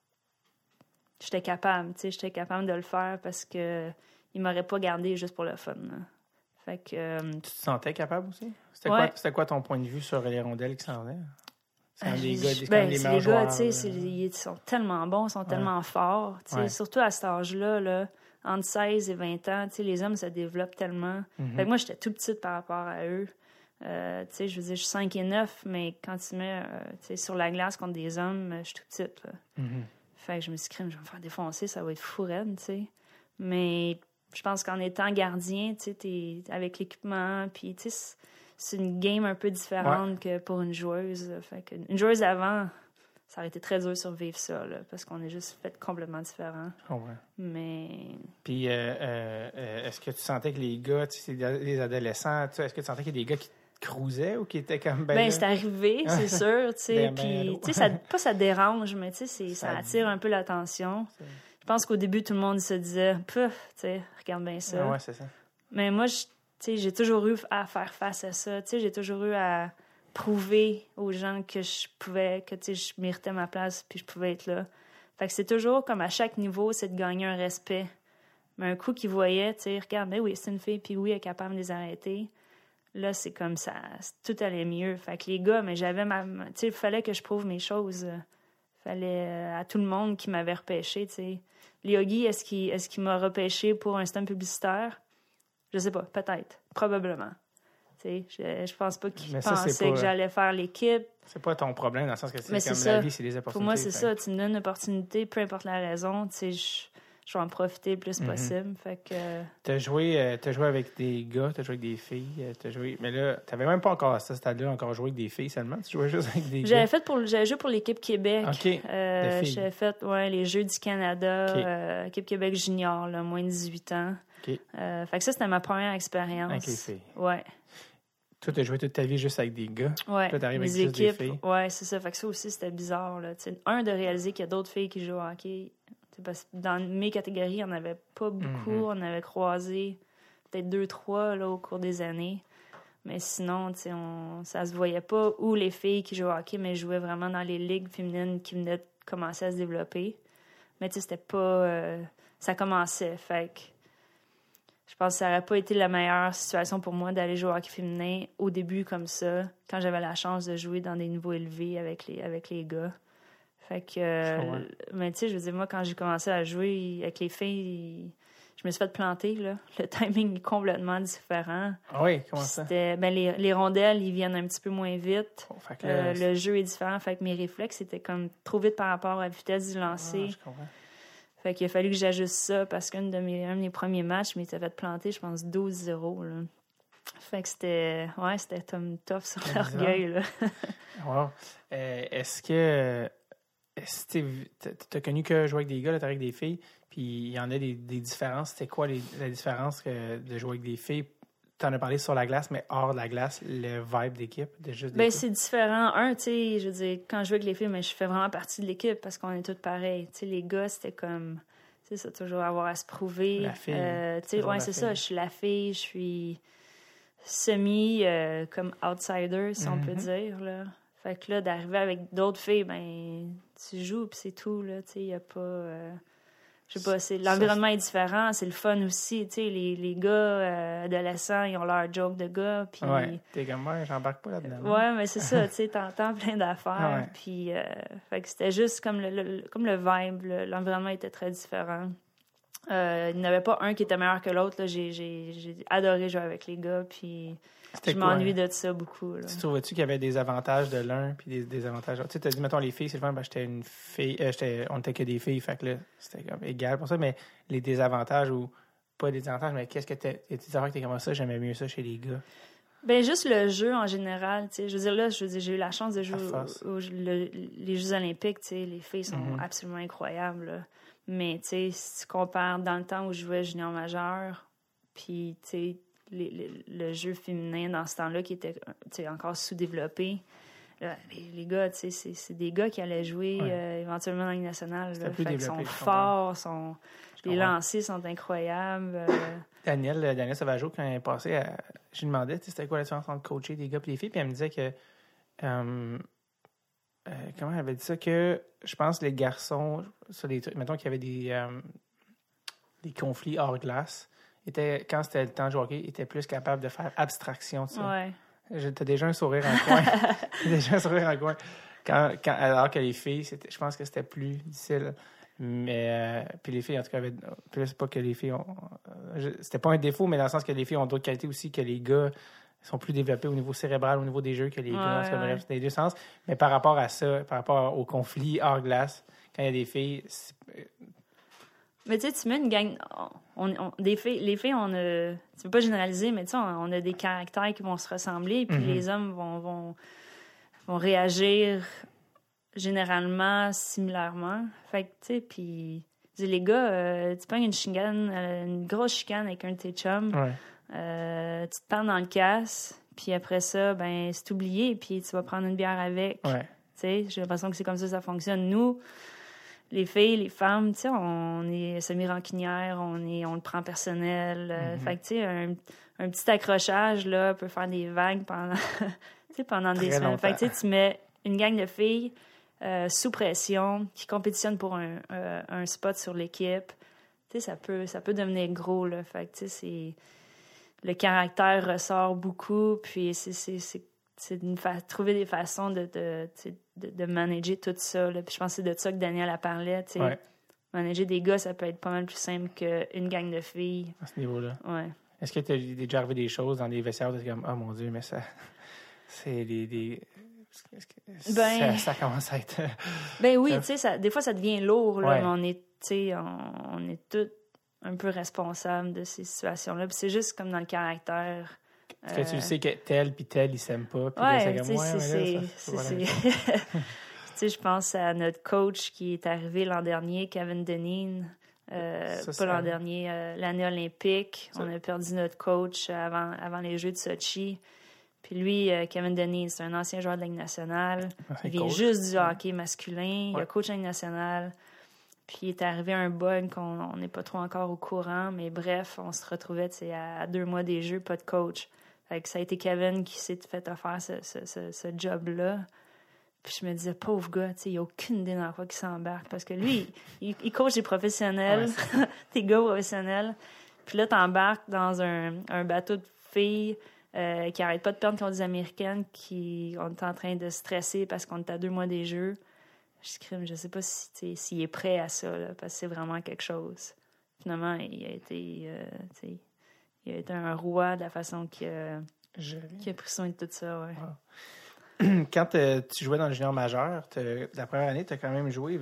j'étais capable, j'étais capable de le faire parce que il m'aurait pas gardé juste pour le fun, là. Fait que... Tu te sentais capable aussi? C'était quoi ton point de vue sur les rondelles qui s'en venaient? C'est les gars, les meilleurs joueurs. Ils sont tellement bons, ils sont tellement forts. Surtout à cet âge-là, là, entre 16 et 20 ans, les hommes se développent tellement. Mm-hmm. Fait que moi, j'étais tout petite par rapport à eux. Tu sais, je veux dire, je suis 5'9", mais quand tu mets sur la glace contre des hommes, je suis toute petite. Là. Mm-hmm. Fait que je me suis dit, je vais me faire défoncer, ça va être fou raide, tu sais. Mais je pense qu'en étant gardien, tu sais, t'es avec l'équipement, puis tu sais, c'est une game un peu différente que pour une joueuse. Fait que une joueuse avant, ça aurait été très dur de survivre ça, là, parce qu'on est juste fait complètement différent. Oh, ouais. Mais... Puis, est-ce que tu sentais que les gars, tu sais, les adolescents, est-ce que tu sentais qu'il y a des gars qui cruisaient ou qui étaient comme... c'est arrivé, c'est sûr, tu sais. Puis, tu sais, ça dérange, mais tu sais, ça attire un peu l'attention. Je pense qu'au début, tout le monde se disait, puf, tu sais, regarde bien ça. Ouais, c'est ça. Mais moi, tu sais, j'ai toujours eu à faire face à ça. Tu sais, j'ai toujours eu à prouver aux gens que je pouvais, que tu sais, je méritais ma place puis je pouvais être là. Fait que c'est toujours comme à chaque niveau, c'est de gagner un respect. Mais un coup qu'ils voyaient, tu sais, regarde, mais oui, c'est une fille, puis oui, elle est capable de les arrêter. Là, c'est comme ça, tout allait mieux. Fait que les gars, mais j'avais tu sais, il fallait que je prouve mes choses. Fallait à tout le monde qui m'avait repêché, tu sais. Yogi, est-ce qu'il m'a repêché pour un stunt publicitaire? Je sais pas, peut-être, probablement. Tu sais, je pense pas qu'il pensait que j'allais faire l'équipe. C'est pas ton problème, dans le sens que c'est comme ça. La vie, c'est des opportunités. Pour moi, c'est ça. Tu me donnes une opportunité, peu importe la raison, tu sais, je vais en profiter le plus possible. Fait que... T'as joué avec des gars, t'as joué avec des filles, mais là, t'avais même pas encore à ce stade-là encore joué avec des filles seulement, tu jouais juste avec des gars. J'avais joué pour l'équipe Québec. OK. J'avais fait les Jeux du Canada, équipe Québec junior, là, moins de 18 ans. OK. Fait que ça, c'était ma première expérience. Avec les filles. Ouais. Toi, t'as joué toute ta vie juste avec des gars. Ouais. Toi, t'arrives avec les juste équipes, des filles. Ouais, c'est ça. Fait que ça aussi, c'était bizarre, là. T'sais, de réaliser qu'il y a d'autres filles qui jouent au hockey. Parce que dans mes catégories, il n'y en avait pas beaucoup. On avait croisé peut-être 2-3 là, au cours des années. Mais sinon, ça se voyait pas où les filles qui jouaient au hockey, mais jouaient vraiment dans les ligues féminines qui venaient de commencer à se développer. Mais tu sais, c'était pas... ça commençait, fait que je pense que ça n'aurait pas été la meilleure situation pour moi d'aller jouer au hockey féminin au début comme ça, quand j'avais la chance de jouer dans des niveaux élevés avec les gars. Fait que... mais tu sais, je veux dire, moi, quand j'ai commencé à jouer avec les filles, je me suis fait planter, là. Le timing est complètement différent. Ah oui, comment ça? Les rondelles, ils viennent un petit peu moins vite. Oh, fait que le jeu est différent. Fait que mes réflexes étaient comme trop vite par rapport à la vitesse du lancer. Je comprends. Fait qu'il a fallu que j'ajuste ça parce qu'un de mes premiers matchs, je m'étais fait planter, je pense, 12-0, là. Fait que c'était tough sur l'orgueil, là. Wow. Est-ce que t'as connu que jouer avec des gars, là, t'as avec des filles, puis il y en a des différences. C'était quoi la différence de jouer avec des filles? T'en as parlé sur la glace, mais hors de la glace, le vibe d'équipe, de juste d'équipe. C'est différent. Tu sais, je veux dire, quand je joue avec les filles, mais je fais vraiment partie de l'équipe parce qu'on est toutes pareilles. Tu sais, les gars, c'était comme, tu sais, ça, toujours avoir à se prouver. La fille. Tu sais, ouais, c'est ça. Je suis la fille, je suis semi comme outsider, si on peut dire, là. Fait que là, d'arriver avec d'autres filles, ben, tu joues, puis c'est tout, là. Tu sais, il n'y a pas... je sais pas, l'environnement est différent, c'est le fun aussi. Tu sais, les gars adolescents, ils ont leur joke de gars. Puis... Ouais, t'es comme moi, j'embarque pas là-dedans. Ouais, mais c'est ça, tu sais, t'entends plein d'affaires. Puis, fait que c'était juste comme le vibe, l'environnement était très différent. Il n'y en avait pas un qui était meilleur que l'autre. Là. J'ai adoré jouer avec les gars, puis je m'ennuie de ça beaucoup. Là. Tu trouvais-tu qu'il y avait des avantages de l'un puis des désavantages de l'autre? Tu sais, t'as dit, mettons, les filles, c'est le fun, j'étais une fille, on n'était que des filles, fait que là, c'était comme égal pour ça, mais les désavantages ou pas des désavantages, mais qu'est-ce que y a des affaires que t'es comme ça, j'aimais mieux ça chez les gars? Ben juste le jeu en général, tu sais, je veux dire là, j'ai eu la chance de jouer les Jeux olympiques, tu sais, les filles sont absolument incroyables, là. Mais tu sais, si tu compares dans le temps où je jouais junior majeur, puis tu sais, le jeu féminin dans ce temps-là qui était encore sous-développé, là, les gars, tu sais, c'est des gars qui allaient jouer éventuellement dans la Ligue nationale. Là, fait qu'ils sont forts, les lancers sont incroyables. Daniel Sauvageau, quand elle est passée, je lui demandais c'était quoi la différence entre coacher des gars et des filles, puis elle me disait que comment elle avait dit ça, que je pense les garçons, sur les trucs, mettons qu'il y avait des conflits hors glace, quand c'était le temps de jouer au hockey, étaient plus capables de faire abstraction de ça. Ouais. T'as déjà un sourire en coin. Alors que les filles, je pense que c'était plus difficile. Mais puis les filles, en tout cas, c'est pas que les filles ont... c'était pas un défaut, mais dans le sens que les filles ont d'autres qualités aussi que les gars. sont plus développés au niveau cérébral, au niveau des jeux que les gars. Bref, dans les deux sens. Mais par rapport à ça, par rapport au conflit hors glace, quand il y a des filles... Mais tu sais, tu mets une gang... les filles, on a... Tu peux pas généraliser, mais tu sais, on a des caractères qui vont se ressembler, puis les hommes vont réagir généralement similairement. Fait que, tu sais, puis... Les gars, tu pognes une grosse chicane avec un de tes chums, tu te prends dans le casse, puis après ça, ben c'est oublié, puis tu vas prendre une bière avec. Ouais. Tu sais, j'ai l'impression que c'est comme ça fonctionne. Nous, les filles, les femmes, tu sais, on est semi-rancunières, on le prend personnel. Fait que, tu sais, un petit accrochage, là, peut faire des vagues pendant des semaines. Fait que, tu sais, tu mets une gang de filles sous pression, qui compétitionnent pour un spot sur l'équipe. Tu sais, ça peut devenir gros, là. Fait que, tu sais, le caractère ressort beaucoup, puis c'est trouver des façons de manager tout ça, là. Puis je pense que c'est de ça que Daniel a parlé, tu sais. Ouais. Manager des gars, ça peut être pas mal plus simple qu'une gang de filles. À ce niveau-là. Ouais. Est-ce que tu as déjà arrivé des choses dans des vestiaires où tu es comme, oh mon Dieu, mais ça... C'est ça commence à être... Ben oui, tu sais, des fois, ça devient lourd, là, Ouais. mais on est tous un peu responsables de ces situations-là. Puis c'est juste comme dans le caractère. Parce que tu le sais que tel puis tel, ils s'aiment pas. Puis Ouais, là, c'est comme, c'est... Tu sais, je pense à notre coach qui est arrivé l'an dernier, Kevin Deneen. Pas l'an dernier, l'année olympique. On a perdu notre coach avant les Jeux de Sochi. Puis lui, Kevin Deneen, c'est un ancien joueur de la Ligue nationale. Il vient juste du hockey masculin. Il a coach de la Ligue nationale. Puis il est arrivé un bug qu'on n'est pas trop encore au courant. Mais bref, on se retrouvait à 2 mois des Jeux, pas de coach. Fait que ça a été Kevin qui s'est fait offrir ce job-là. Puis je me disais, pauvre gars, il n'a aucune idée dans quoi il s'embarque. Parce que lui, il coach des professionnels, des gars professionnels. Puis là, t'embarques dans un bateau de filles qui n'arrêtent pas de perdre contre des Américaines qui on est en train de stresser parce qu'on est à 2 mois des Jeux. Je sais pas s'il est prêt à ça, là, parce que c'est vraiment quelque chose. Finalement, il a été un roi de la façon qu'il a pris soin de tout ça. Ouais. Wow. Quand tu jouais dans le junior majeur, la première année, tu as quand même joué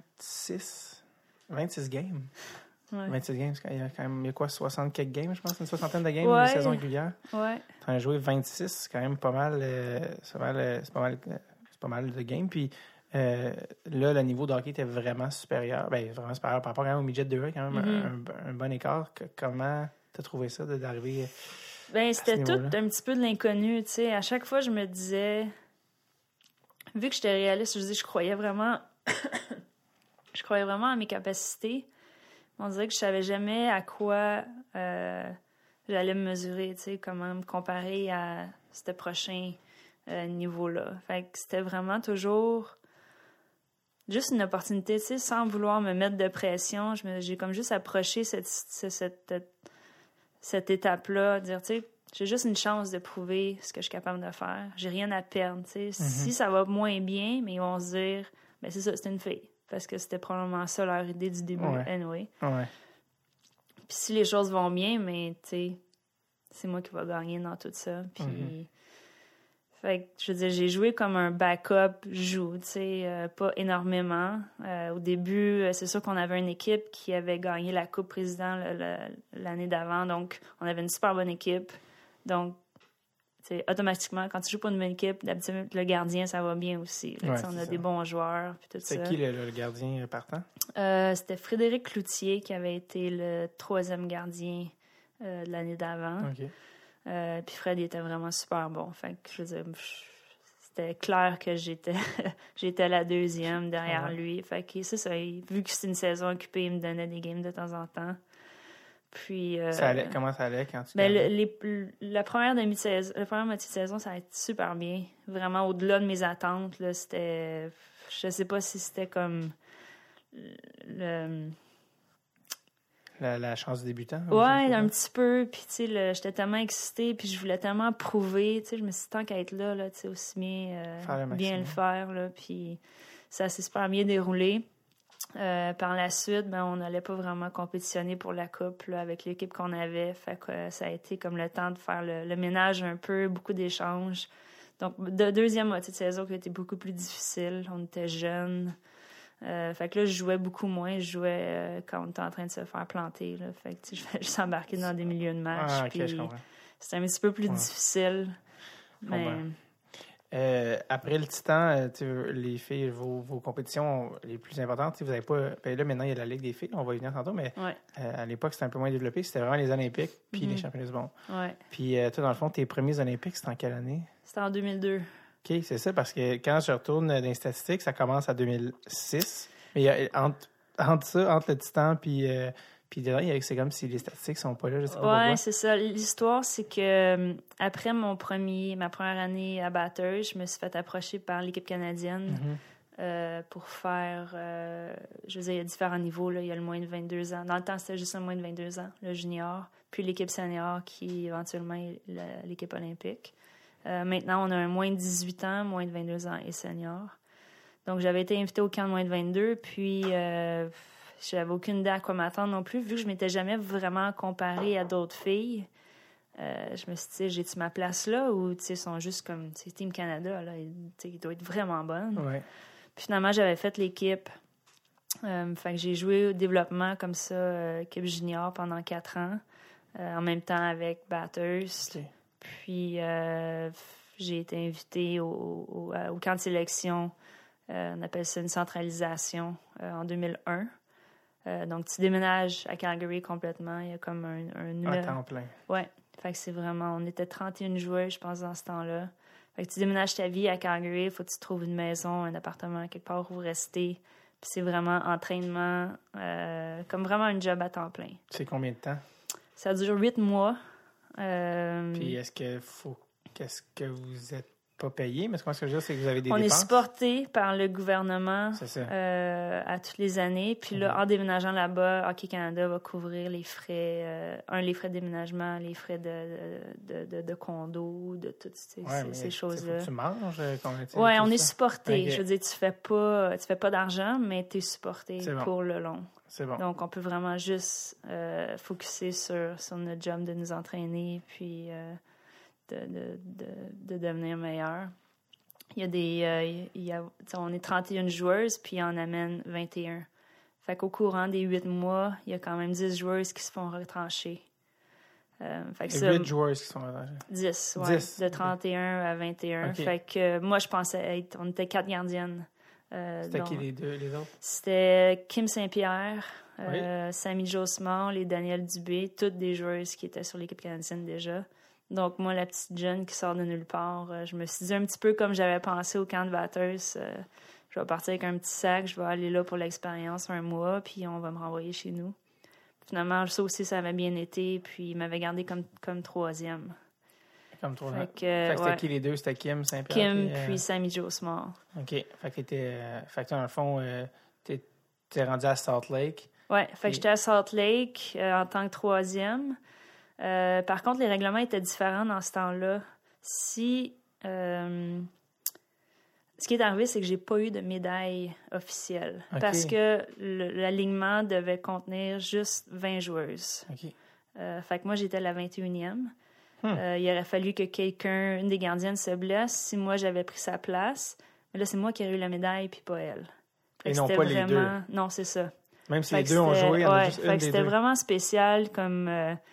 26 games. Ouais. 26 games, il y a quand même 60 quelques games, je pense, une soixantaine de games, une saison régulière. Ouais. Tu en as joué 26, c'est quand même pas mal, c'est pas mal de games. Puis là, le niveau de hockey était vraiment supérieur. Ben, vraiment supérieur par rapport quand même au midget 2A, quand même un bon écart. Comment tu as trouvé ça d'arriver Ben, c'était tout un petit peu de l'inconnu, tu sais. À chaque fois, je me disais, vu que j'étais réaliste, je croyais vraiment à mes capacités. On dirait que je savais jamais à quoi j'allais me mesurer, tu sais, comment me comparer à ce prochain niveau-là. Fait que c'était vraiment toujours juste une opportunité, tu sais, sans vouloir me mettre de pression. J'ai comme juste approché cette étape-là, dire, tu sais, j'ai juste une chance de prouver ce que je suis capable de faire. J'ai rien à perdre, tu sais. Si ça va moins bien, mais ils vont se dire, ben c'est ça, c'est une fille. Parce que c'était probablement ça leur idée du début, anyway. Ouais. Puis si les choses vont bien, mais tu sais, c'est moi qui vais gagner dans tout ça. Puis, fait que, je veux dire, j'ai joué comme un backup tu sais, pas énormément. Au début, c'est sûr qu'on avait une équipe qui avait gagné la Coupe Président l'année d'avant, donc on avait une super bonne équipe. Donc, automatiquement, quand tu joues pour une bonne équipe, d'habitude, le gardien, ça va bien aussi. Là, on a des bons joueurs. Puis tout ça. C'est qui le gardien partant? C'était Frédéric Cloutier qui avait été le 3e gardien de l'année d'avant. Okay. Puis Fred, il était vraiment super bon. Fait que, je veux dire, c'était clair que j'étais la 2e derrière lui. Fait que c'est ça. Vu que c'était une saison occupée, il me donnait des games de temps en temps. Puis, comment ça allait quand tu la première moitié de saison, ça a été super bien. Vraiment au-delà de mes attentes. Là, c'était... Je sais pas si c'était comme... La chance du débutant? Ouais, un petit peu. Puis, tu sais, j'étais tellement excitée, puis je voulais tellement prouver. Tu sais, je me suis dit, tant qu'à être là, tu sais, aussi bien le faire. Là, puis ça s'est super bien déroulé. Par la suite, on n'allait pas vraiment compétitionner pour la coupe là, avec l'équipe qu'on avait. Fait que ça a été comme le temps de faire le ménage un peu, beaucoup d'échanges. Donc, deuxième moitié de saison qui a été beaucoup plus difficile. On était jeunes. Fait que là, je jouais beaucoup moins. Je jouais quand on était en train de se faire planter. Là. Fait que je vais juste embarquer dans des milieux de match. Ah, OK, je comprends. C'était un petit peu plus difficile. Mais... après le Titan, les filles, vos compétitions les plus importantes, vous n'avez pas. Là, maintenant, il y a la Ligue des filles, on va y venir tantôt, mais à l'époque, c'était un peu moins développé. C'était vraiment les Olympiques puis les championnats du monde. Ouais. Puis toi, dans le fond, tes premiers Olympiques, c'était en quelle année? C'était en 2002. OK, c'est ça, parce que quand je retourne dans les statistiques, ça commence à 2006. Mais il y a, entre le Titan puis dedans, c'est comme si les statistiques sont pas là, je sais pas pourquoi. Oui, c'est ça. L'histoire, c'est que après ma première année à batteuse, je me suis fait approcher par l'équipe canadienne pour faire... je veux dire, il y a différents niveaux. Là. Il y a le moins de 22 ans. Dans le temps, c'était juste le moins de 22 ans, le junior. Puis l'équipe senior, qui éventuellement est l'équipe olympique. Maintenant, on a un moins de 18 ans, moins de 22 ans et senior. Donc, j'avais été invitée au camp de moins de 22, puis... j'avais aucune idée à quoi m'attendre non plus, vu que je m'étais jamais vraiment comparée à d'autres filles. Je me suis dit, j'ai-tu ma place là ou ils sont juste comme Team Canada, là, ils doivent être vraiment bonnes. Ouais. Puis finalement, j'avais fait l'équipe. Fait que j'ai joué au développement comme ça, équipe junior pendant 4 ans, en même temps avec Bathurst. Okay. Puis j'ai été invitée au camp de sélection. On appelle ça une centralisation en 2001. Donc, tu déménages à Calgary complètement. Il y a comme un temps plein. Oui. Fait que c'est vraiment... On était 31 joueurs, je pense, dans ce temps-là. Fait que tu déménages ta vie à Calgary. Il faut que tu trouves une maison, un appartement, quelque part où rester. Puis c'est vraiment entraînement, comme vraiment un job à temps plein. C'est combien de temps? Ça dure 8 mois. Puis est-ce que vous êtes pas payé? Mais ce que je veux dire, c'est que vous avez des dépenses. On est supporté par le gouvernement à toutes les années. Puis là, en déménageant là-bas, Hockey Canada va couvrir les frais, les frais de déménagement, les frais de condo, de toutes ces choses-là. Faut que tu manges? Oui, on est supporté. Okay. Je veux dire, tu fais pas d'argent, mais tu es supporté pour le long. C'est bon. Donc, on peut vraiment juste focusser sur notre job de nous entraîner, puis... De devenir meilleur. Il y a on est 31 joueuses, puis on amène 21. Fait qu'au courant des 8 mois, il y a quand même 10 joueuses qui se font retrancher. Fait que 8 joueuses qui se font retrancher? 10, oui. De 31 à 21. Okay. Fait que moi, je pensais on était 4 gardiennes. C'était qui les autres? C'était Kim Saint-Pierre, Sammy Josemont, les Daniel Dubé, toutes des joueuses qui étaient sur l'équipe canadienne déjà. Donc, moi, la petite jeune qui sort de nulle part, je me suis dit un petit peu comme j'avais pensé au camp de Bathurst, je vais partir avec un petit sac, je vais aller là pour l'expérience 1 mois, puis on va me renvoyer chez nous. Finalement, ça aussi, ça avait bien été, puis il m'avait gardé comme 3e. Comme 3e. Fait que c'était qui les deux? C'était Kim Saint-Pierre? Kim, puis Sammy Josemont. OK. Fait que dans le fond, t'es rendu à Salt Lake. Oui. Fait que j'étais à Salt Lake en tant que 3e. Par contre, les règlements étaient différents dans ce temps-là. Ce qui est arrivé, c'est que j'ai pas eu de médaille officielle. Okay. Parce que l'alignement devait contenir juste 20 joueuses. Okay. Fait que moi, j'étais la 21e. Il aurait fallu que une des gardiennes se blesse si moi, j'avais pris sa place. Mais là, c'est moi qui ai eu la médaille, puis pas elle. Et non pas les deux. Non, c'est ça. Même si les deux ont joué, il y en a juste une des deux. C'était vraiment spécial comme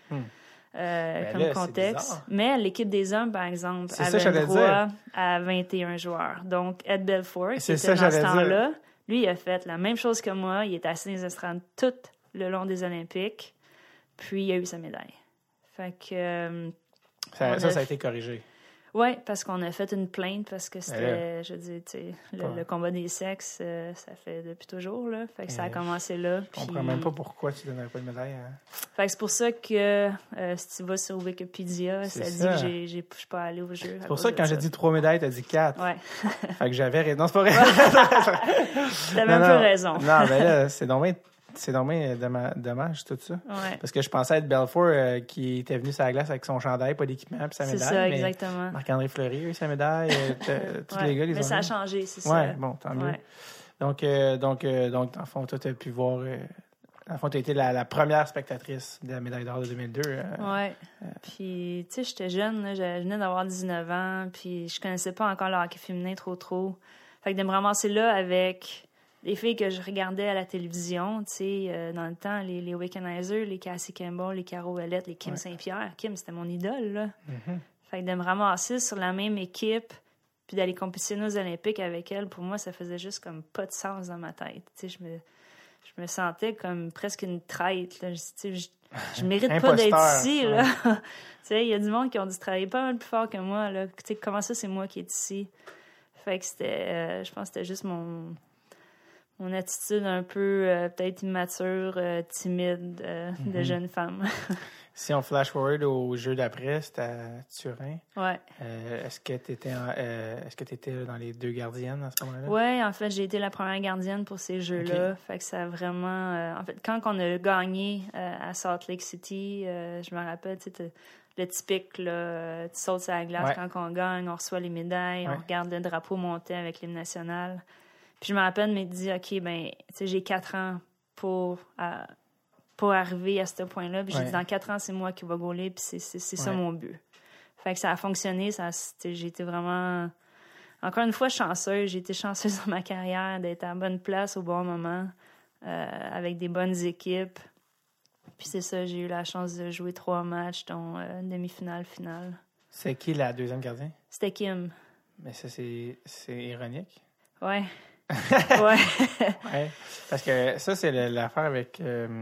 contexte. Mais l'équipe des hommes, par exemple, avait le droit à 21 joueurs. Donc, Ed Belfour, qui était dans ce temps-là, lui, il a fait la même chose que moi. Il est assis dans les estrades tout le long des Olympiques. Puis, il a eu sa médaille. Fait que... ça a été corrigé. Oui, parce qu'on a fait une plainte parce que c'était, je dis, tu sais, le combat des sexes, ça fait depuis toujours, là. Fait que ça a commencé là. Je comprends même pas pourquoi tu donnerais pas de médaille. Hein? Fait que c'est pour ça que si tu vas sur Wikipédia, ça dit que je suis pas allée au jeu. C'est pour ça que quand j'ai dit 3 médailles, t'as dit 4. Ouais. Fait que j'avais raison. Non, c'est pas vrai. T'avais un peu raison. Non, mais là, c'est dommage tout ça. Ouais. Parce que je pensais être Belfour qui était venu sur la glace avec son chandail, pas d'équipement, puis sa médaille. C'est ça, exactement. Marc-André Fleury a eu sa médaille. Tous les gars, mais ça a changé, c'est ça. Ouais, bon, tant mieux. Donc, dans le fond, toi, tu as pu voir... dans le fond, tu as été la première spectatrice de la médaille d'or de 2002. Ouais. Puis, tu sais, j'étais jeune, là, je venais d'avoir 19 ans, puis je connaissais pas encore le hockey féminin trop. Fait que de me ramasser là avec des filles que je regardais à la télévision, tu sais, dans le temps, les Wickenheiser, les Cassie Campbell, les Caro Ouellette, les Kim Saint-Pierre. Kim, c'était mon idole, là. Mm-hmm. Fait que de me ramasser sur la même équipe, puis d'aller compétitionner aux Olympiques avec elle, pour moi, ça faisait juste comme pas de sens dans ma tête. Tu sais, je me sentais comme presque une traître, là. Je mérite pas d'être ici, là. Tu sais, il y a du monde qui ont dû travailler pas mal plus fort que moi, là. Tu sais, comment ça, c'est moi qui est ici? Fait que c'était... je pense que c'était juste mon attitude un peu peut-être immature, timide de jeune femme. Si on flash forward au jeu d'après, c'était à Turin. Ouais. Est-ce que tu étais dans les 2 gardiennes à ce moment-là? Oui, en fait, j'ai été la première gardienne pour ces jeux-là. Okay. Fait que ça a vraiment... en fait, quand on a gagné à Salt Lake City, je me rappelle, tu sais, le typique, là, tu sautes sur la glace quand on gagne, on reçoit les médailles, on regarde le drapeau monter avec l'hymne national. Puis je me rappelle me dire, OK, ben, tu sais, j'ai 4 ans pour arriver à ce point-là. Puis j'ai dit, dans 4 ans, c'est moi qui vais gauler, puis c'est ça mon but. Fait que ça a fonctionné. J'ai été vraiment, encore une fois, chanceuse. J'ai été chanceuse dans ma carrière d'être à la bonne place au bon moment, avec des bonnes équipes. Puis c'est ça, j'ai eu la chance de jouer 3 matchs, dont demi-finale, finale. C'est qui la deuxième gardienne? C'était Kim. Mais ça, c'est ironique. Ouais. Ouais. Parce que ça, c'est l'affaire avec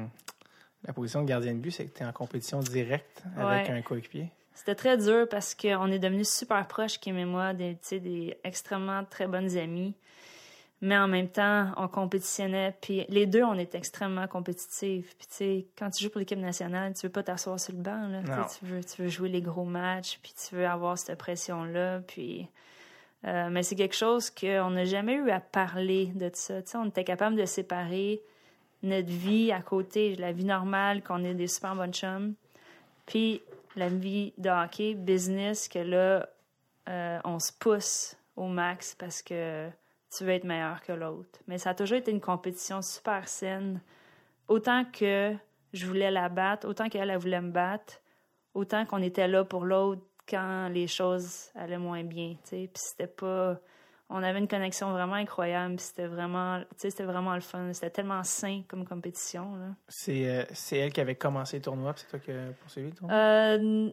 la position de gardien de but, c'est que tu es en compétition directe avec un coéquipier. C'était très dur parce qu'on est devenus super proches, Kim et moi, des extrêmement très bonnes amies. Mais en même temps, on compétitionnait. Puis les deux, on est extrêmement compétitifs. Puis tu sais, quand tu joues pour l'équipe nationale, tu veux pas t'asseoir sur le banc. Là. Tu veux jouer les gros matchs, puis tu veux avoir cette pression-là. Puis... mais c'est quelque chose qu'on n'a jamais eu à parler de ça. Tu sais, on était capable de séparer notre vie à côté, la vie normale, qu'on est des super bonnes chums, puis la vie de hockey, business, que là, on se pousse au max parce que tu veux être meilleur que l'autre. Mais ça a toujours été une compétition super saine. Autant que je voulais la battre, autant qu'elle voulait me battre, autant qu'on était là pour l'autre quand les choses allaient moins bien, tu sais. Puis c'était pas... On avait une connexion vraiment incroyable, puis c'était vraiment le fun. C'était tellement sain comme compétition, là. C'est elle qui avait commencé le tournoi, puis c'est toi qui as poursuivi le tournoi?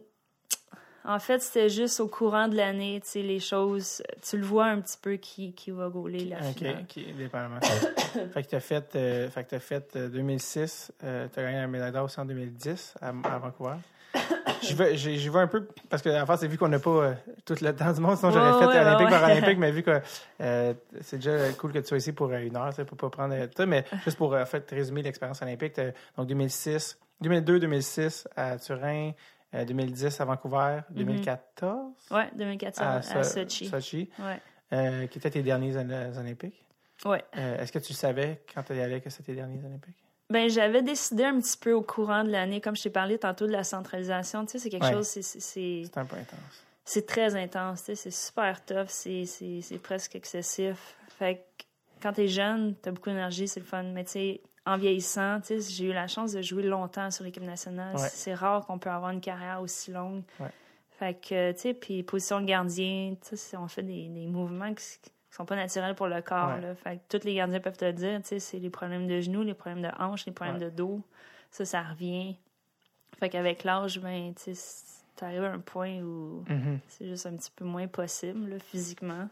En fait, c'était juste au courant de l'année, tu sais, les choses... Tu le vois un petit peu qui va gauler la finale. OK, dépendamment. Fait que t'as fait 2006, t'as gagné la médaille d'or aussi en 2010 à Vancouver. J'y vais un peu, parce que en fait, c'est vu qu'on n'a pas tout le temps du monde, sinon j'aurais fait olympique par olympique, mais vu que c'est déjà cool que tu sois ici pour 1 heure, pour pas prendre tout, mais juste pour en fait résumer l'expérience olympique, donc 2002, 2006 à Turin, 2010 à Vancouver, 2014? Ouais, 2014 à Sochi. Ouais. Qui étaient tes derniers olympiques? Ouais. Est-ce que tu savais quand tu y allais que c'était tes derniers olympiques? Ben, j'avais décidé un petit peu au courant de l'année, comme je t'ai parlé tantôt de la centralisation. Tu sais, c'est quelque chose, c'est un peu intense. C'est très intense, tu sais, c'est super tough, c'est presque excessif. Fait que quand t'es jeune, t'as beaucoup d'énergie, c'est le fun. Mais tu sais, en vieillissant, tu sais, j'ai eu la chance de jouer longtemps sur l'équipe nationale. Ouais. C'est rare qu'on peut avoir une carrière aussi longue. Ouais. Fait que, tu sais, puis position de gardien, tu sais, on fait des mouvements qui sont pas naturels pour le corps. Ouais. Là. Fait que tous les gardiens peuvent te le dire, tu sais, c'est les problèmes de genoux, les problèmes de hanches, les problèmes de dos. Ça revient. Fait qu'avec l'âge, ben, tu sais, t'arrives à un point où c'est juste un petit peu moins possible, là, physiquement.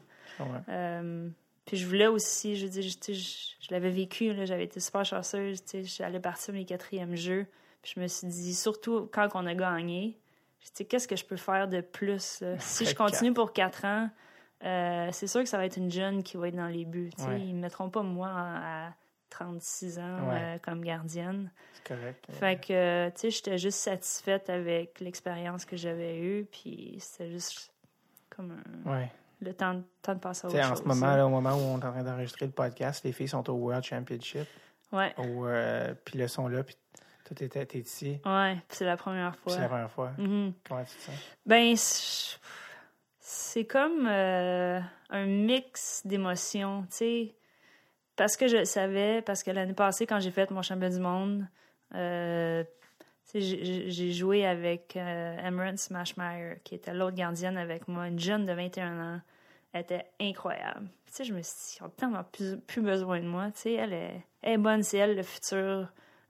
Puis je voulais aussi, je veux dire, je l'avais vécu, là, j'avais été super chanceuse, tu sais, j'allais partir mes 4e jeux. Puis je me suis dit, surtout quand on a gagné, tu sais, qu'est-ce que je peux faire de plus, là? Si je continue pour 4 ans, c'est sûr que ça va être une jeune qui va être dans les buts. Ouais. Ils ne mettront pas moi à 36 ans comme gardienne. C'est correct. Fait que, tu sais, j'étais juste satisfaite avec l'expérience que j'avais eue. Puis c'était juste comme le temps de passer à autre chose. En ce moment, là, au moment où on est en train d'enregistrer le podcast, les filles sont au World Championship. Ouais. Puis elles sont là, puis t'es ici. Ouais, puis c'est la première fois. C'est la première fois. Mm-hmm. Comment tu te sens? Ben, c'est comme un mix d'émotions, tu sais. parce que je le savais, parce que l'année passée, quand j'ai fait mon championnat du monde, j'ai joué avec Emerald Smashmeyer, qui était l'autre gardienne avec moi, une jeune de 21 ans. Elle était incroyable. Je me suis dit, ils ont tellement plus besoin de moi. Elle est bonne, c'est elle le futur.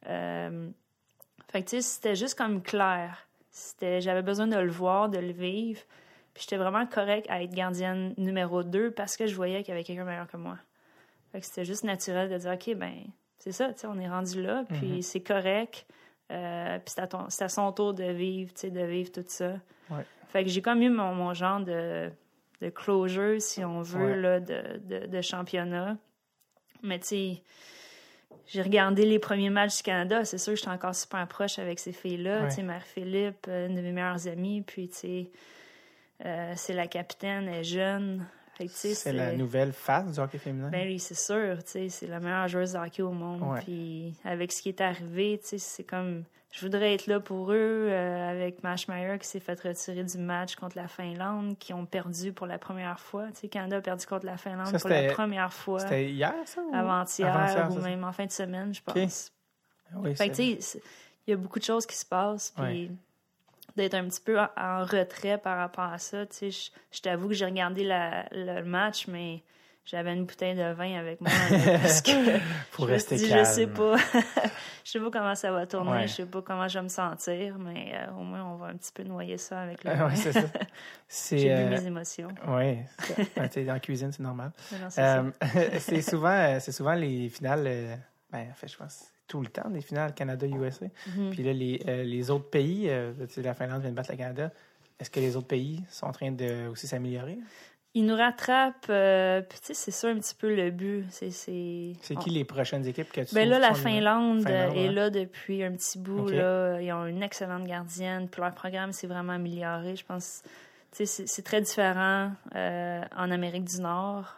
Fait que c'était juste comme clair. J'avais besoin de le voir, de le vivre. Puis j'étais vraiment correcte à être gardienne numéro 2 parce que je voyais qu'il y avait quelqu'un meilleur que moi. Fait que c'était juste naturel de dire, OK, ben c'est ça, on est rendu là, puis c'est correct. Puis c'est à son tour de vivre tout ça. Ouais. Fait que j'ai comme eu mon genre de closure, si on veut, là, de championnat. Mais tu sais, j'ai regardé les premiers matchs du Canada. C'est sûr que j'étais encore super proche avec ces filles-là. Tu sais, Marie-Philippe, une de mes meilleures amies. Puis, tu sais, c'est la capitaine, elle est jeune. Fait que, c'est la nouvelle face du hockey féminin. Ben oui, c'est sûr. Tu sais, c'est la meilleure joueuse de hockey au monde. Ouais. Puis, avec ce qui est arrivé, tu sais, c'est comme... Je voudrais être là pour eux, avec Mashmeyer qui s'est fait retirer du match contre la Finlande, qui ont perdu pour la première fois. Tu sais, Canada a perdu contre la Finlande ça, pour la première fois. C'était hier, ça? Ou... Avant-hier, ou même en fin de semaine, je pense. Okay. Oui, fait que, tu sais, il y a beaucoup de choses qui se passent, puis d'être un petit peu en retrait par rapport à ça. Tu sais, je t'avoue que j'ai regardé le match, mais... J'avais une bouteille de vin avec moi parce que faut rester calme. Je sais pas comment ça va tourner, je sais pas comment je vais me sentir, mais au moins on va un petit peu noyer ça avec le vin. C'est ça. J'ai bu mes émotions. Oui, dans la cuisine, c'est normal. Non, c'est souvent les finales, en fait, je pense tout le temps, les finales Canada-USA. Puis là, les autres pays, la Finlande vient de battre le Canada. Est-ce que les autres pays sont en train de aussi s'améliorer? Ils nous rattrapent, puis tu sais, c'est ça un petit peu le but. C'est qui les prochaines équipes que tu trouves? Là, la Finlande est là depuis un petit bout. Okay. Là. Ils ont une excellente gardienne, puis leur programme s'est vraiment amélioré. Je pense, tu sais, c'est très différent en Amérique du Nord.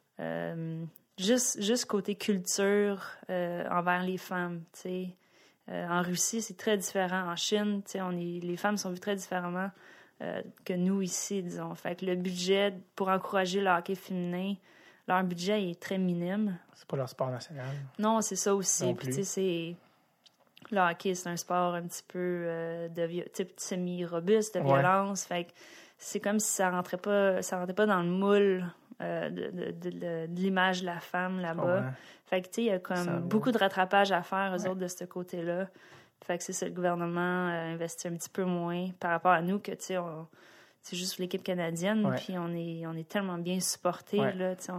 Juste côté culture envers les femmes, tu sais. En Russie, c'est très différent. En Chine, tu sais, les femmes sont vues très différemment que nous ici, disons. Fait que le budget pour encourager le hockey féminin, leur budget est très minime. C'est pas leur sport national. Non, c'est ça aussi. Puis tu sais, le hockey, c'est un sport un petit peu type semi-robuste, de violence. Fait que c'est comme si ça rentrait pas dans le moule de l'image de la femme là-bas. Fait que tu sais, il y a comme beaucoup de rattrapage à faire aux autres de ce côté-là. Fait que c'est ça, le gouvernement investit un petit peu moins par rapport à nous que, tu sais, c'est juste l'équipe canadienne, puis on est tellement bien supportés, là, tu sais,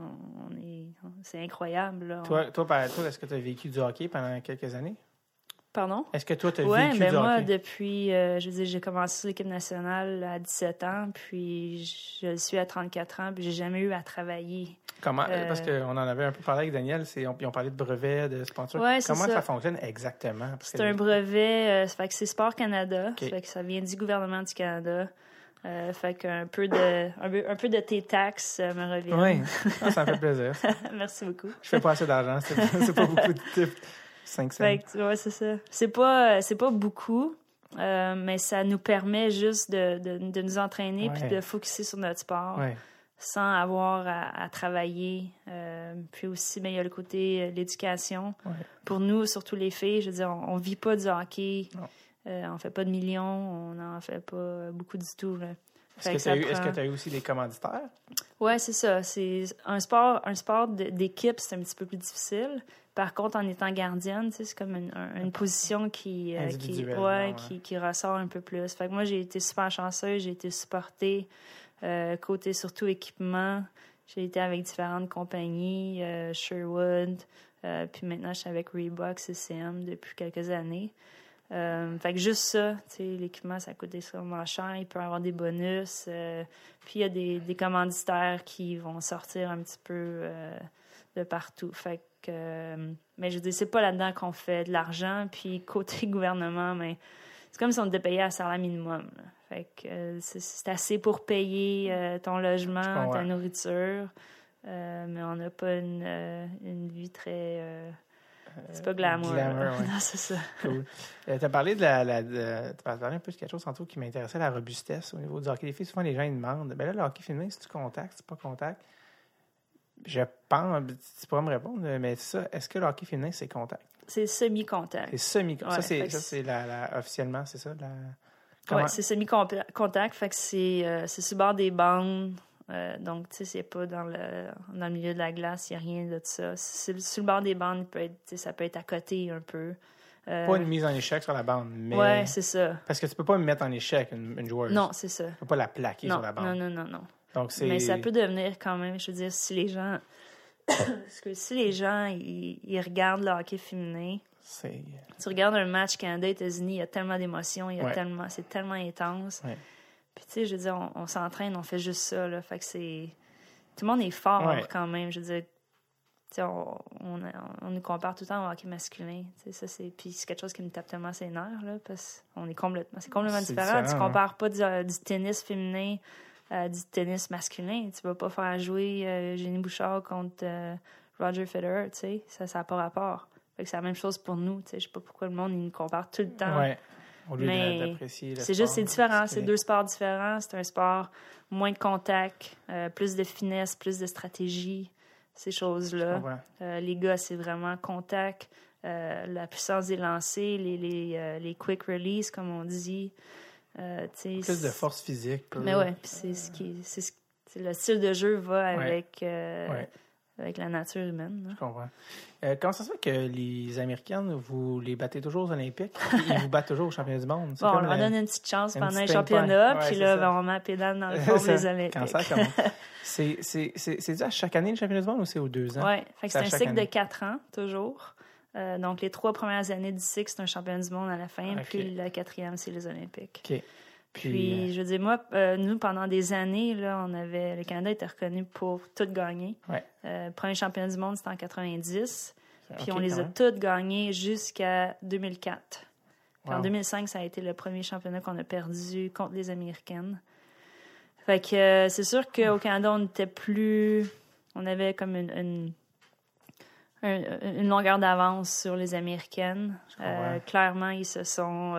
c'est incroyable, là. Toi, est-ce que tu as vécu du hockey pendant quelques années? Pardon? Est-ce que toi, tu as vécu du hockey? Moi, depuis, j'ai commencé l'équipe nationale à 17 ans, puis je suis à 34 ans, puis j'ai jamais eu à travailler. Comment? Parce qu'on en avait un peu parlé avec Daniel, ils ont parlé de brevets, de sponsors. Comment ça fonctionne exactement? C'est un brevet, ça fait que c'est Sport Canada, ça fait que ça vient du gouvernement du Canada. Fait qu'un peu de tes taxes me reviennent. Oui, ça me fait plaisir. Merci beaucoup. Je fais pas assez d'argent, c'est pas beaucoup de tips. 5 cents. Ouais, c'est ça. C'est pas beaucoup, mais ça nous permet juste de nous entraîner puis de focusser sur notre sport sans avoir à travailler. Puis aussi, il y a le côté l'éducation. Pour nous, surtout les filles, je veux dire, on vit pas du hockey. On fait pas de millions, on n'en fait pas beaucoup du tout. Là. Est-ce que tu as eu aussi des commanditaires? Oui, c'est ça. C'est un sport d'équipe, c'est un petit peu plus difficile. Par contre, en étant gardienne, c'est comme une position qui ressort un peu plus. Fait que moi, j'ai été super chanceuse, j'ai été supportée. Côté surtout équipement, j'ai été avec différentes compagnies, Sherwood, puis maintenant je suis avec Reebok, CCM depuis quelques années. Fait que juste ça, tu sais, l'équipement, ça coûte extrêmement cher. Il peut y avoir des bonus. Puis il y a des commanditaires qui vont sortir un petit peu de partout. Fait que, mais je veux dire, c'est pas là-dedans qu'on fait de l'argent. Puis côté gouvernement, mais c'est comme si on était payé à salaire minimum. Là. Fait que c'est assez pour payer ton logement, ta nourriture. Mais on n'a pas une vie très... c'est pas glamour. Non, c'est ça. Cool. Tu as parlé tu as parlé un peu de quelque chose tantôt qui m'intéressait, la robustesse au niveau du hockey des filles. Souvent, les gens ils demandent, ben là, le hockey féminin, c'est-tu contact, c'est pas contact? Je pense, tu pourras me répondre, mais ça, est-ce que le hockey féminin, c'est contact? C'est semi-contact. C'est semi-contact. Ouais, ça, c'est officiellement, c'est ça? Oui, c'est semi-contact. Fait que c'est sur le bord des bandes. Donc, tu sais, c'est pas dans le milieu de la glace, il n'y a rien de ça. Sur le bord des bandes, ça peut être à côté un peu. Pas une mise en échec sur la bande, mais... Oui, c'est ça. Parce que tu peux pas me mettre en échec une joueuse. Non, c'est ça. Tu peux pas la plaquer sur la bande. Non. Donc, mais ça peut devenir quand même, je veux dire, si les gens... Parce que si les gens, ils regardent le hockey féminin... Tu regardes un match Canada-États-Unis, il y a tellement d'émotions, c'est tellement intense. Ouais. Puis, tu sais, je veux dire, on s'entraîne, on fait juste ça, là. Fait que c'est... Tout le monde est fort quand même. Je veux dire, tu sais, on nous compare tout le temps au hockey masculin. Tu sais, ça, puis c'est quelque chose qui me tape tellement ses nerfs, là, parce qu'on est complètement différent. Tu compares pas du tennis féminin à du tennis masculin. Tu vas pas faire jouer Jenny Bouchard contre Roger Federer, tu sais. Ça n'a pas rapport. Fait que c'est la même chose pour nous. Tu sais, je sais pas pourquoi le monde il nous compare tout le temps. Ouais. Au lieu d'apprécier le c'est sport, juste, c'est différent. C'est deux sports différents. C'est un sport moins de contact, plus de finesse, plus de stratégie, ces choses-là. Les gars, c'est vraiment contact, la puissance des lancers, les quick release, comme on dit. Plus de force physique. Mais ouais, c'est le style de jeu va avec la nature humaine. Là. Je comprends. Comment ça se fait que les Américaines, vous les battez toujours aux Olympiques? Ils vous battent toujours aux championnats du monde? On leur donne une petite chance pendant les championnats, puis là, on met la pédale dans le fond des Olympiques. C'est à chaque année le championnat du monde ou c'est aux 2 ans? Oui, c'est un cycle de 4 ans, toujours. Donc, les 3 premières années du cycle, c'est un championnat du monde à la fin, puis la 4e, c'est les Olympiques. OK. Puis, je veux dire, moi, nous, pendant des années, là, le Canada était reconnu pour tout gagner. Ouais. Premier championnat du monde, c'était en 90. Puis on les a toutes gagnés jusqu'à 2004. Puis en 2005, ça a été le premier championnat qu'on a perdu contre les Américaines. Fait que c'est sûr qu'au Canada, on était plus... On avait comme une longueur d'avance sur les Américaines. Clairement, ils se sont...